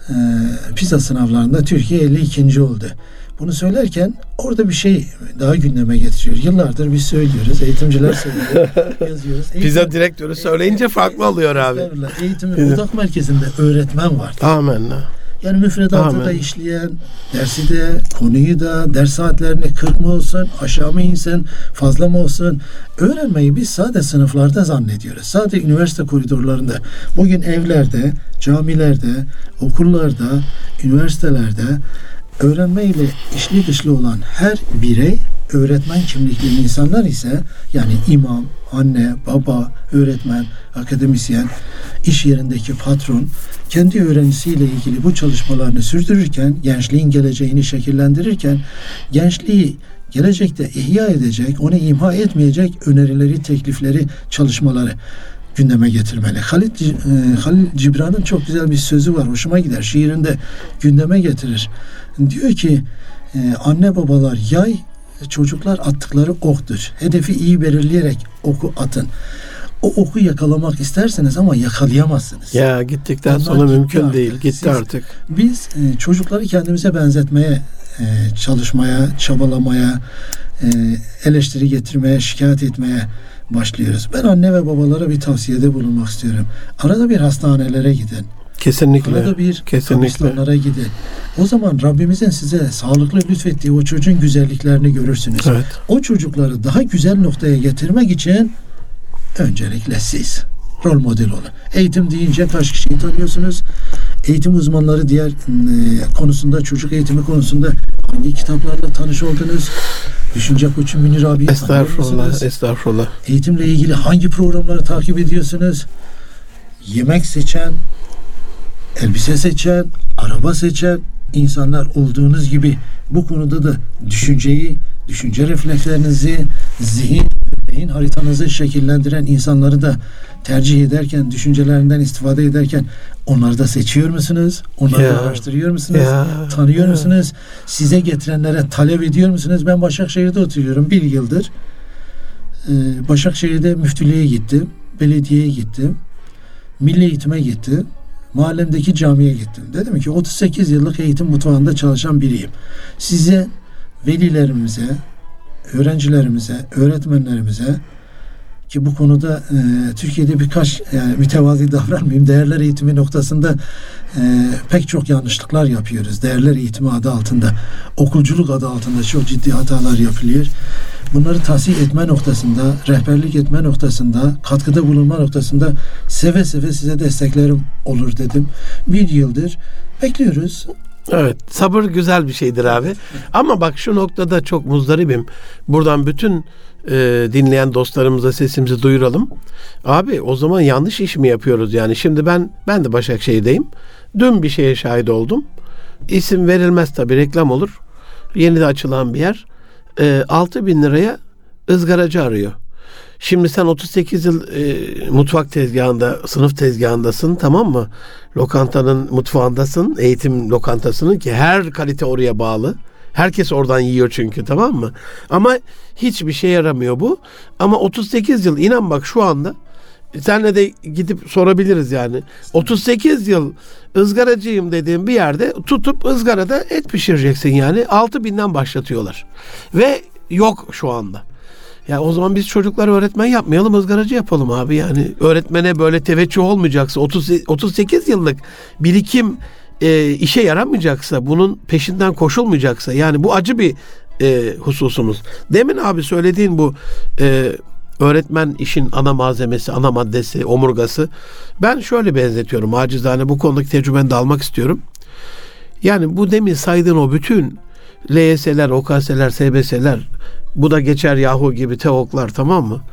B: PISA sınavlarında Türkiye 52. oldu. Bunu söylerken orada bir şey daha gündeme getiriyor. Yıllardır biz söylüyoruz. Eğitimciler söylüyor. Yazıyoruz.
A: PISA direktörü söyleyince farklı oluyor abi.
B: Eğitimin odak merkezinde öğretmen var.
A: Amenna.
B: Yani müfredatı da işleyen, dersi de, konuyu da, ders saatlerini 40 mı olsun, aşağı mı insin, fazla mı olsun? Öğrenmeyi biz sadece sınıflarda zannediyoruz. Sadece üniversite koridorlarında. Bugün evlerde, camilerde, okullarda, üniversitelerde öğrenmeyle içli dışlı olan her birey öğretmen kimlikli insanlar ise yani imam, anne, baba, öğretmen, akademisyen, iş yerindeki patron kendi öğrencisiyle ilgili bu çalışmalarını sürdürürken, gençliğin geleceğini şekillendirirken, gençliği gelecekte ihya edecek, onu imha etmeyecek önerileri, teklifleri, çalışmaları gündeme getirmeli. Halil Cibran'ın çok güzel bir sözü var. Hoşuma gider. Şiirinde gündeme getirir. Diyor ki anne babalar yay, çocuklar attıkları oktur. Hedefi iyi belirleyerek oku atın. O oku yakalamak isterseniz ama yakalayamazsınız.
A: Ya gittikten sonra mümkün değil. Gitti artık.
B: Biz çocukları kendimize benzetmeye, çalışmaya, çabalamaya, eleştiri getirmeye, şikayet etmeye başlıyoruz. Ben anne ve babalara bir tavsiyede bulunmak istiyorum. Arada bir hastanelere gidin.
A: Kesinlikle.
B: Arada bir kabristanlara gidin. O zaman Rabbimizin size sağlıklı lütfettiği o çocuğun güzelliklerini görürsünüz.
A: Evet.
B: O çocukları daha güzel noktaya getirmek için öncelikle siz rol model olun. Eğitim deyince kaç kişiyi tanıyorsunuz? Eğitim uzmanları diğer konusunda, çocuk eğitimi konusunda hangi kitaplarla tanış oldunuz? Düşünce koçu Münir abi.
A: Estağfurullah.
B: Eğitimle ilgili hangi programları takip ediyorsunuz? Yemek seçen, elbise seçen, araba seçen insanlar olduğunuz gibi bu konuda da düşünce reflekslerinizi, beyin haritanızı şekillendiren insanları da tercih ederken, düşüncelerinden istifade ederken onları da seçiyor musunuz? Onları da araştırıyor musunuz? Tanıyor musunuz? Size getirenlere talep ediyor musunuz? Ben Başakşehir'de oturuyorum 1 yıldır. Başakşehir'de müftülüğe gittim, belediyeye gittim, milli eğitime gittim, mahallemdeki camiye gittim. Dedim ki 38 yıllık eğitim mutfağında çalışan biriyim. Size, velilerimize, öğrencilerimize, öğretmenlerimize ki bu konuda Türkiye'de birkaç yani mütevazi davranmayayım. Değerler eğitimi noktasında pek çok yanlışlıklar yapıyoruz. Değerler eğitimi adı altında, okulculuk adı altında çok ciddi hatalar yapılıyor. Bunları tahsil etme noktasında, rehberlik etme noktasında, katkıda bulunma noktasında seve seve size desteklerim olur dedim. Bir yıldır bekliyoruz.
A: Evet, sabır güzel bir şeydir abi. Ama bak şu noktada çok muzdaribim. Buradan bütün dinleyen dostlarımıza sesimizi duyuralım. Abi o zaman yanlış iş mi yapıyoruz yani? Şimdi ben de Başakşehir'deyim. Dün bir şeye şahit oldum. İsim verilmez tabii, reklam olur. Yeni de açılan bir yer. 6.000 liraya ızgaracı arıyor. Şimdi sen 38 yıl mutfak tezgahında, sınıf tezgahındasın, tamam mı? Lokantanın mutfağındasın, eğitim lokantasının ki her kalite oraya bağlı. Herkes oradan yiyor çünkü, tamam mı? Ama hiçbir şey yaramıyor bu. Ama 38 yıl, inan bak şu anda senle de gidip sorabiliriz yani. 38 yıl ızgaracıyım dediğim bir yerde tutup ızgarada et pişireceksin yani. 6.000'den başlatıyorlar. Ve yok şu anda. Ya o zaman biz çocukları öğretmen yapmayalım, ızgaracı yapalım abi yani. Öğretmene böyle teveccüh olmayacaksa, 38 yıllık birikim işe yaramayacaksa, bunun peşinden koşulmayacaksa, yani bu acı bir hususumuz. Demin abi söylediğin bu öğretmen işin ana malzemesi, ana maddesi, omurgası. Ben şöyle benzetiyorum, acizane bu konudaki tecrübeni de almak istiyorum. Yani bu demin saydığın o bütün LYS'ler, OKS'ler, SBS'ler, bu da geçer yahu gibi TEOK'lar, tamam mı?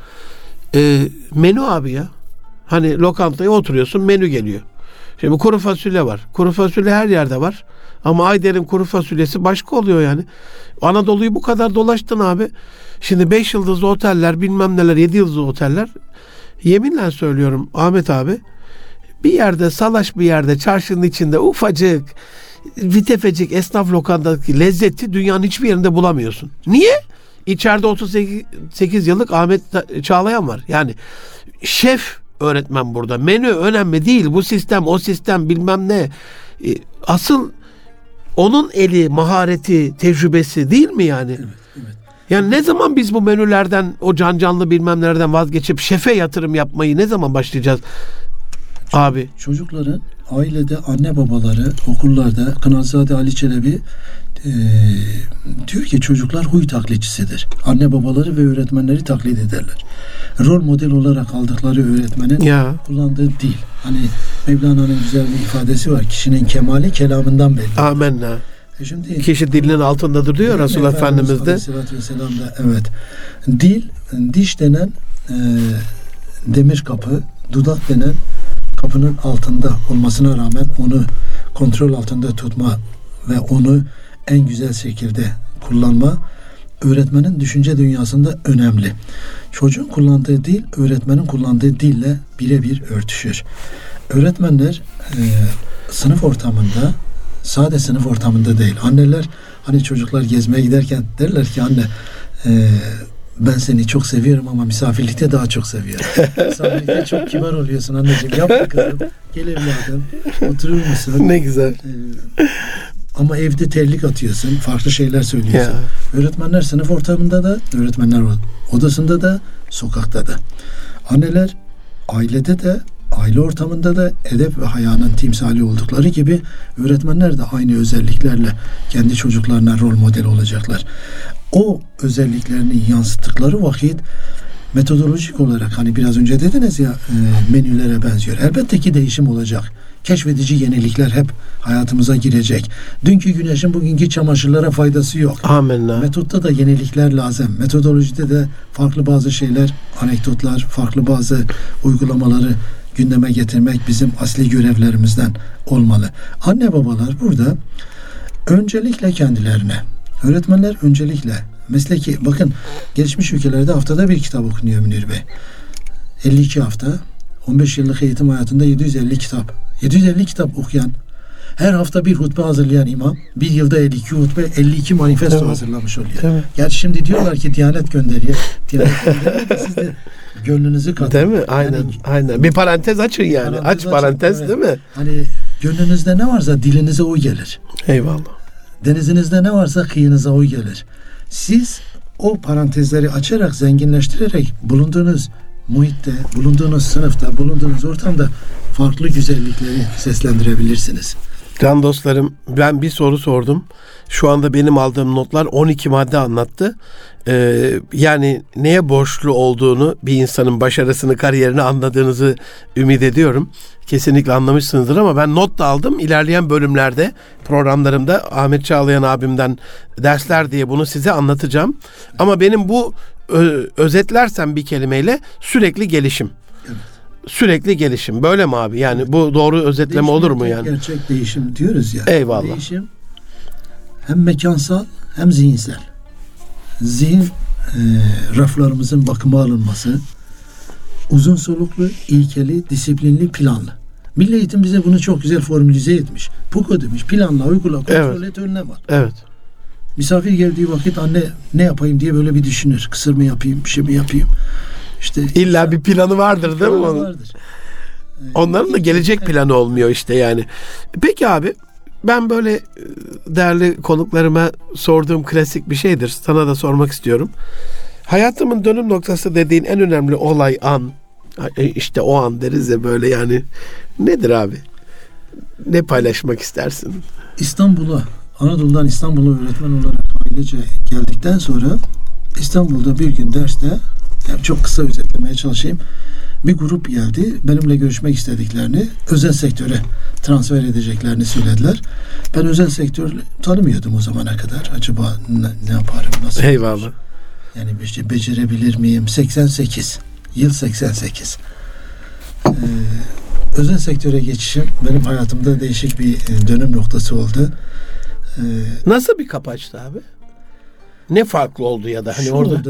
A: Menü abi ya. Hani lokantaya oturuyorsun, menü geliyor. Şimdi kuru fasulye var. Kuru fasulye her yerde var. Ama Ayder'in kuru fasulyesi başka oluyor yani. Anadolu'yu bu kadar dolaştın abi. Şimdi 5 yıldızlı oteller, bilmem neler, 7 yıldızlı oteller. Yeminle söylüyorum Ahmet abi. Bir yerde, salaş bir yerde, çarşının içinde ufacık, bir tefecik esnaf lokantadaki lezzeti dünyanın hiçbir yerinde bulamıyorsun. Niye? İçeride 38 yıllık Ahmet Çağlayan var. Yani şef öğretmen burada. Menü önemli değil. Bu sistem, o sistem, bilmem ne. Asıl onun eli, mahareti, tecrübesi değil mi yani?
B: Evet, evet.
A: Yani ne zaman biz bu menülerden, o canlı bilmem nelerden vazgeçip şefe yatırım yapmayı ne zaman başlayacağız? Abi.
B: Çocukların ailede anne babaları, okullarda Kınazade Ali Çelebi diyor ki çocuklar huy taklitçisidir. Anne babaları ve öğretmenleri taklit ederler. Rol model olarak aldıkları öğretmenin kullandığı dil. Hani Mevlana'nın güzel bir ifadesi var. Kişinin kemali kelamından belli.
A: Amenna.
B: Şimdi
A: kişi dilinin altındadır diyor Resulullah Efendimiz de.
B: Aleyhisselatü Vesselam da evet. Dil, diş denen demir kapı, dudak denen kapının altında olmasına rağmen onu kontrol altında tutma ve onu en güzel şekilde kullanma öğretmenin düşünce dünyasında önemli. Çocuğun kullandığı dil öğretmenin kullandığı dille birebir örtüşür. Öğretmenler sınıf ortamında, sade sınıf ortamında değil. Anneler hani çocuklar gezmeye giderken derler ki anne ben seni çok seviyorum ama misafirlikte daha çok seviyorum. Misafirlikte çok kibar oluyorsun anneciğim. Yapma kızım. Gel evladım. Oturur musun?
A: Ne güzel.
B: Ama evde terlik atıyorsun. Farklı şeyler söylüyorsun. Ya. Öğretmenler sınıf ortamında da, öğretmenler odasında da, sokakta da. Anneler ailede de, aile ortamında da edep ve hayanın timsali oldukları gibi öğretmenler de aynı özelliklerle kendi çocuklarına rol model olacaklar. O özelliklerini yansıttıkları vakit metodolojik olarak hani biraz önce dediniz ya menülere benziyor. Elbette ki değişim olacak. Keşfedici yenilikler hep hayatımıza girecek. Dünkü güneşin bugünkü çamaşırlara faydası yok.
A: Amenna.
B: Metotta da yenilikler lazım. Metodolojide de farklı bazı şeyler, anekdotlar, farklı bazı uygulamaları gündeme getirmek bizim asli görevlerimizden olmalı. Anne babalar burada öncelikle kendilerine, öğretmenler öncelikle mesleki, bakın gelişmiş ülkelerde haftada bir kitap okunuyor Münir Bey. 52 hafta, 15 yıllık eğitim hayatında 750 kitap. 750 kitap okuyan, her hafta bir hutbe hazırlayan imam, bir yılda 52 hutbe, 52 manifesto hazırlamış oluyor. Evet. Gerçi şimdi diyorlar ki Diyanet gönderiyor. Diyanet gönderiyor da siz de gönlünüzü katın.
A: Değil mi? Aynen. Yani, aynen. Bir parantez açın yani. Aç parantez evet. Değil mi?
B: Hani gönlünüzde ne varsa dilinize o gelir.
A: Eyvallah.
B: Denizinizde ne varsa kıyınıza o gelir. Siz o parantezleri açarak, zenginleştirerek bulunduğunuz muhitte, bulunduğunuz sınıfta, bulunduğunuz ortamda farklı güzellikleri seslendirebilirsiniz.
A: Can dostlarım, ben bir soru sordum. Şu anda benim aldığım notlar 12 madde anlattı. Yani neye borçlu olduğunu, bir insanın başarısını, kariyerini anladığınızı ümit ediyorum. Kesinlikle anlamışsınızdır ama ben not da aldım. İlerleyen bölümlerde, programlarımda Ahmet Çağlayan abimden dersler diye bunu size anlatacağım. Ama benim bu özetlersem bir kelimeyle sürekli gelişim.
B: Evet.
A: Sürekli gelişim. Böyle mi abi? Yani bu doğru özetleme
B: Değişim
A: olur mu yani?
B: Gerçek değişim diyoruz ya.
A: Eyvallah.
B: Değişim hem mekansal hem zihinsel. Zihin raflarımızın bakıma alınması, uzun soluklu, ilkeli, disiplinli, planlı. Milli Eğitim bize bunu çok güzel formülize etmiş. PUKO demiş. Planla, uygula, kontrol et, önlem al.
A: Evet.
B: Misafir geldiği vakit anne ne yapayım diye böyle bir düşünür. Kısır mı yapayım, bir şey mi yapayım? İşte
A: İlla bir planı vardır değil mi onun?
B: Vardır.
A: Onların da gelecek planı olmuyor işte yani. Peki abi, ben böyle değerli konuklarıma sorduğum klasik bir şeydir. Sana da sormak istiyorum. Hayatımın dönüm noktası dediğin en önemli olay, an. İşte o an deriz ya böyle yani. Nedir abi? Ne paylaşmak istersin?
B: Anadolu'dan İstanbul'a öğretmen olarak ailece geldikten sonra İstanbul'da bir gün derste, yani çok kısa özetlemeye çalışayım. Bir grup geldi. Benimle görüşmek istediklerini, özel sektöre transfer edeceklerini söylediler. Ben özel sektör tanımıyordum o zamana kadar. Acaba ne yaparım, nasıl?
A: Eyvallah.
B: Olur? Yani işte becerebilir miyim? 88. Yıl 88. Özel sektöre geçişim benim hayatımda değişik bir dönüm noktası oldu.
A: Nasıl bir kapı açtı abi? Ne farklı oldu ya da hani orada?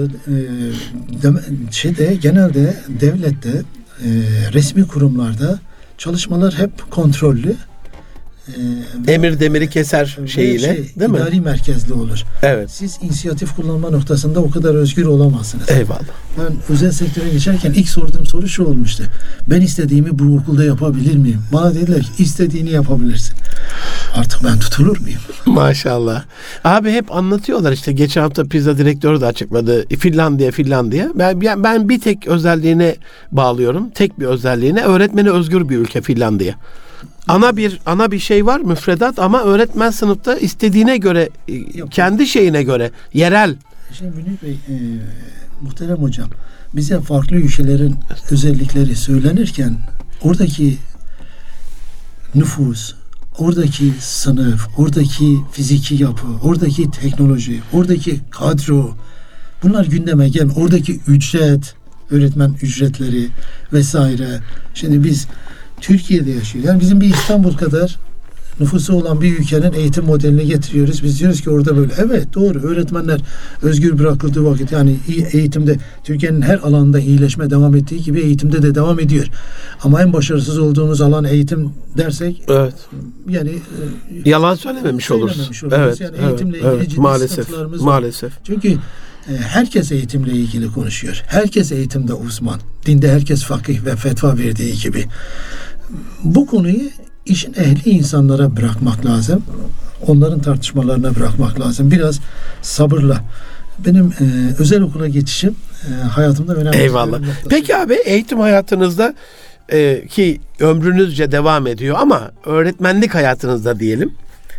B: Genelde devlette, resmi kurumlarda çalışmalar hep kontrollü.
A: Emir demiri keser şeyiyle, değil mi?
B: İdari merkezli olur.
A: Evet.
B: Siz inisiyatif kullanma noktasında o kadar özgür olamazsınız.
A: Eyvallah.
B: Ben özel sektöre geçerken ilk sorduğum soru şu olmuştu. Ben istediğimi bu okulda yapabilir miyim? Bana dediler ki istediğini yapabilirsin. Artık ben tutulur muyum?
A: Maşallah. Abi hep anlatıyorlar işte, geçen hafta pizza direktörü de açıkladı. Finlandiya. Ben bir tek özelliğine bağlıyorum. Tek bir özelliğine, öğretmeni özgür bir ülke Finlandiya. Ana bir şey var, müfredat, ama öğretmen sınıfta istediğine göre, kendi şeyine göre, yerel.
B: Münir Bey, muhterem hocam, bize farklı ülkelerin özellikleri söylenirken oradaki nüfus, oradaki sınıf, oradaki fiziki yapı, oradaki teknoloji, oradaki kadro, bunlar gündeme gelmiyor. Oradaki ücret, öğretmen ücretleri vesaire. Şimdi biz Türkiye'de yaşıyoruz. Yani bizim bir İstanbul kadar nüfusu olan bir ülkenin eğitim modelini getiriyoruz. Biz diyoruz ki orada böyle. Evet, doğru. Öğretmenler özgür bırakıldığı vakit, yani eğitimde Türkiye'nin her alanında iyileşme devam ettiği gibi eğitimde de devam ediyor. Ama en başarısız olduğumuz alan eğitim dersek,
A: evet,
B: yani
A: yalan söylememiş oluruz. Evet,
B: yani eğitimle ilgili ciddi sıkıntılarımız var.
A: Maalesef.
B: Çünkü herkes eğitimle ilgili konuşuyor. Herkes eğitimde uzman. Dinde herkes fakih ve fetva verdiği gibi. Bu konuyu işin ehli insanlara bırakmak lazım. Onların tartışmalarına bırakmak lazım. Biraz sabırla. Benim özel okula geçişim hayatımda önemli.
A: Eyvallah. Peki abi, eğitim hayatınızda ki ömrünüzce devam ediyor ama öğretmenlik hayatınızda diyelim,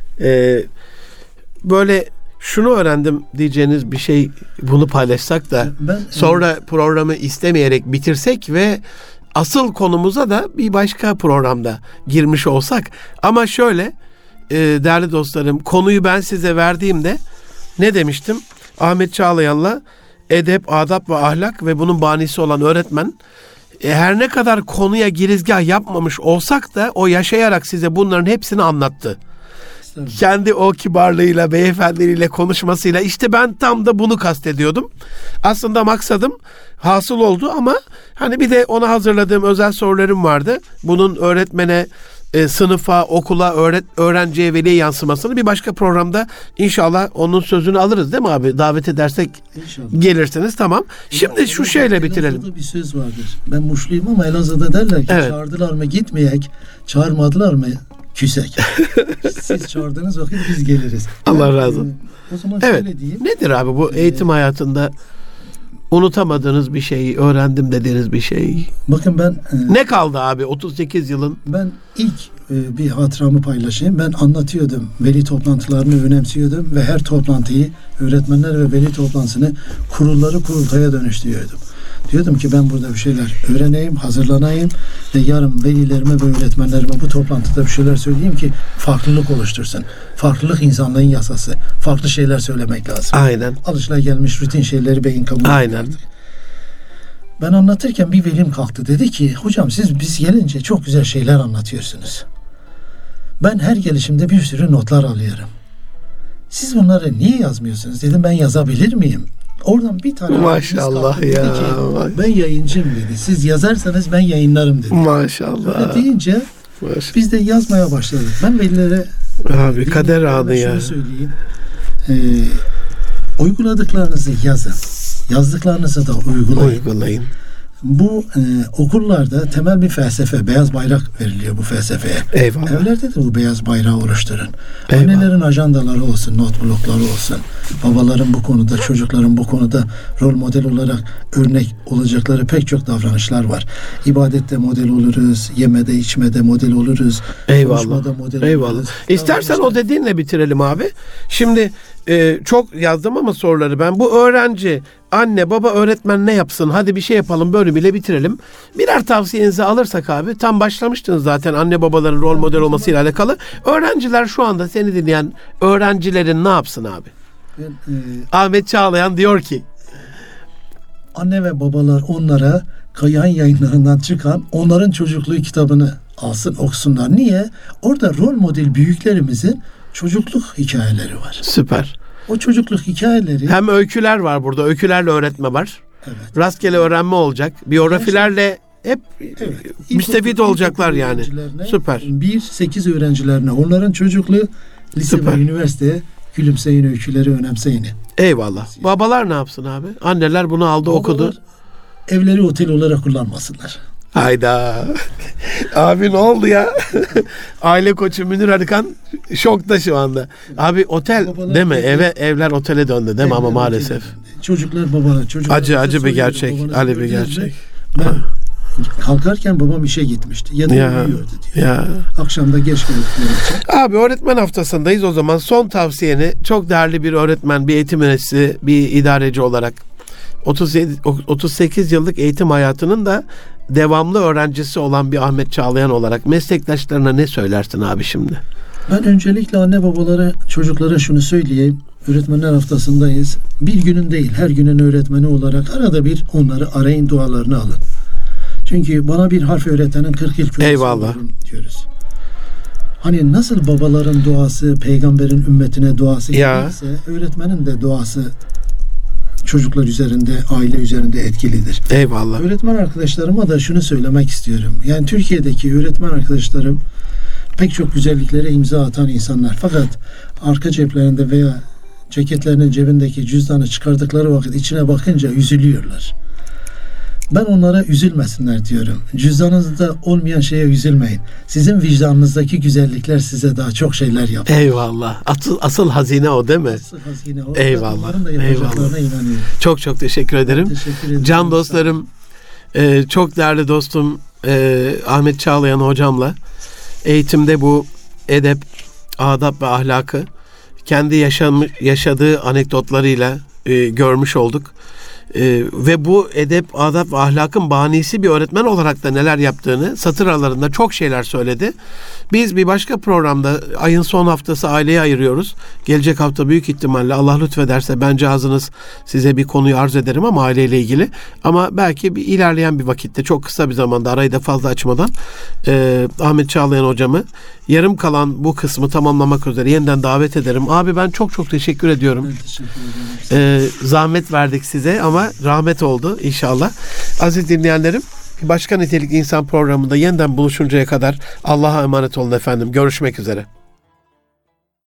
A: böyle şunu öğrendim diyeceğiniz bir şey, bunu paylaşsak da sonra programı istemeyerek bitirsek ve asıl konumuza da bir başka programda girmiş olsak. Ama şöyle, değerli dostlarım, konuyu ben size verdiğimde ne demiştim? Ahmet Çağlayan'la edep, adap ve ahlak ve bunun banisi olan öğretmen, her ne kadar konuya girizgah yapmamış olsak da o yaşayarak size bunların hepsini anlattı. Kendi o kibarlığıyla, beyefendiliğiyle, konuşmasıyla, işte ben tam da bunu kastediyordum. Aslında maksadım hasıl oldu ama hani bir de ona hazırladığım özel sorularım vardı. Bunun öğretmene, sınıfa, okula, öğrenciye, veliye yansımasını bir başka programda inşallah onun sözünü alırız, değil mi abi? Davet edersek İnşallah. Gelirsiniz, tamam. Şimdi şu şeyle bitirelim.
B: Elazığ'da bir söz vardır. Ben Muşluyum ama Elazığ'da derler ki, evet, çağırdılar mı gitmeyek, çağırmadılar mı küsek. Siz çağırdığınız vakit biz geliriz.
A: Allah razı olsun.
B: O zaman
A: Evet.
B: şöyle diyeyim.
A: Nedir abi bu eğitim hayatında unutamadığınız bir şey, öğrendim dediğiniz bir şey?
B: Bakın ben
A: Ne kaldı abi 38 yılın?
B: ben ilk bir hatıramı paylaşayım. Ben anlatıyordum. Veli toplantılarını önemsiyordum ve her toplantıyı, öğretmenler ve veli toplantısını kurultaya dönüştürüyordum. Diyordum ki ben burada bir şeyler öğreneyim, hazırlanayım ve yarın velilerime ve öğretmenlerime bu toplantıda bir şeyler söyleyeyim ki farklılık oluştursun. Farklılık insanlığın yasası. Farklı şeyler söylemek lazım.
A: Aynen.
B: Alışılagelmiş rutin şeyleri beyin kabul ediyor.
A: Aynen.
B: Ben anlatırken bir velim kalktı. Dedi ki hocam biz gelince çok güzel şeyler anlatıyorsunuz. Ben her gelişimde bir sürü notlar alıyorum. Siz bunları niye yazmıyorsunuz? Dedim ben yazabilir miyim? Oradan bir tane
A: maşallah
B: kalktı,
A: ya.
B: dedi ki, ben yayıncıyım dedi. Siz yazarsanız ben yayınlarım dedi.
A: Maşallah.
B: Öyle deyince biz de yazmaya başladık. Ben velilere
A: abi kader anı ya.
B: şunu söyleyeyim. Uyguladıklarınızı yazın. Yazdıklarınızı da uygulayın. Bu okullarda temel bir felsefe, beyaz bayrak veriliyor bu felsefeye.
A: Eyvallah.
B: Evlerde de bu beyaz bayrağı oluşturun.
A: Eyvallah.
B: Annelerin ajandaları olsun, notblokları olsun. Babaların bu konuda, çocukların bu konuda rol model olarak örnek olacakları pek çok davranışlar var. İbadette model oluruz, yemede, içmede model oluruz.
A: Eyvallah.
B: Model
A: Eyvallah.
B: oluruz.
A: İstersen o dediğinle bitirelim abi. Şimdi çok yazdım ama soruları ben. Bu öğrenci, anne, baba, öğretmen ne yapsın? Hadi bir şey yapalım, bölümüyle bitirelim. Birer tavsiyenizi alırsak abi. Tam başlamıştınız zaten anne babaların rol model olmasıyla alakalı. Öğrenciler şu anda seni dinleyen öğrencilerin ne yapsın abi? Ahmet Çağlayan diyor ki
B: anne ve babalar onlara Kayahan Yayınlarından çıkan Onların Çocukluğu kitabını alsın, okusunlar. Niye? Orada rol model büyüklerimizin çocukluk hikayeleri var.
A: Süper.
B: O çocukluk hikayeleri...
A: Hem öyküler var burada. Öykülerle öğretme var.
B: Evet.
A: Rastgele öğrenme olacak. Biyografilerle hep müstefit olacaklar yani. Süper.
B: 1-8 öğrencilerine onların çocukluğu, lise
A: Süper.
B: ve üniversiteye gülümseyin, öyküleri önemseyin.
A: Eyvallah. Babalar ne yapsın abi? Anneler bunu aldı,
B: Babalar,
A: okudu.
B: evleri otel olarak kullanmasınlar.
A: Hayda. Abi ne oldu ya? Aile koçu Münir Arıkan şokta şu anda. Abi otel
B: babalar
A: deme, evler otele döndü değil mi ama maalesef.
B: Çocuklar babalar.
A: Acı bir gerçek. Ali bir gerçek.
B: Ben kalkarken babam işe gitmişti. Yanımda uyuyordu diyor.
A: Ya.
B: Akşam da geç geldikleri için.
A: Abi öğretmen haftasındayız o zaman. Son tavsiyeni çok değerli bir öğretmen, bir eğitim üyesi, bir idareci olarak 38 yıllık eğitim hayatının da devamlı öğrencisi olan bir Ahmet Çağlayan olarak meslektaşlarına ne söylersin abi şimdi?
B: Ben öncelikle anne babalara, çocuklara şunu söyleyeyim. Öğretmenler haftasındayız. Bir günün değil, her günün öğretmeni olarak arada bir onları arayın, dualarını alın. Çünkü bana bir harf öğretenin 40 yıl kölesi olurum diyoruz. Hani nasıl babaların duası, peygamberin ümmetine duası ise öğretmenin de duası çocuklar üzerinde, aile üzerinde etkilidir.
A: Eyvallah.
B: Öğretmen arkadaşlarıma da şunu söylemek istiyorum. Yani Türkiye'deki öğretmen arkadaşlarım pek çok güzelliklere imza atan insanlar. Fakat arka ceplerinde veya ceketlerinin cebindeki cüzdanı çıkardıkları vakit içine bakınca üzülüyorlar. Ben onlara üzülmesinler diyorum. Cüzdanınızda olmayan şeye üzülmeyin. Sizin vicdanınızdaki güzellikler size daha çok şeyler yapar.
A: Eyvallah. Asıl hazine o değil mi?
B: Asıl hazine o.
A: Eyvallah.
B: Onların da yapacaklarına inanıyorum.
A: Çok teşekkür ederim.
B: Teşekkür ederim.
A: Can dostlarım, çok değerli dostum Ahmet Çağlayan hocamla eğitimde bu edep, adab ve ahlakı kendi yaşadığı anekdotlarıyla görmüş olduk. Ve bu edep, adab ve ahlakın banisi bir öğretmen olarak da neler yaptığını satır aralarında çok şeyler söyledi. Biz bir başka programda ayın son haftası aileye ayırıyoruz. Gelecek hafta büyük ihtimalle Allah lütfederse ben cihazınız size bir konuyu arz ederim ama aileyle ilgili. Ama belki bir ilerleyen bir vakitte çok kısa bir zamanda arayı da fazla açmadan Ahmet Çağlayan hocamı yarım kalan bu kısmı tamamlamak üzere yeniden davet ederim. Abi ben çok teşekkür ediyorum.
B: Ben teşekkür ederim.
A: Zahmet verdik size ama rahmet oldu inşallah. Aziz dinleyenlerim, Başka Nitelikli İnsan programında yeniden buluşuncaya kadar Allah'a emanet olun efendim. Görüşmek üzere.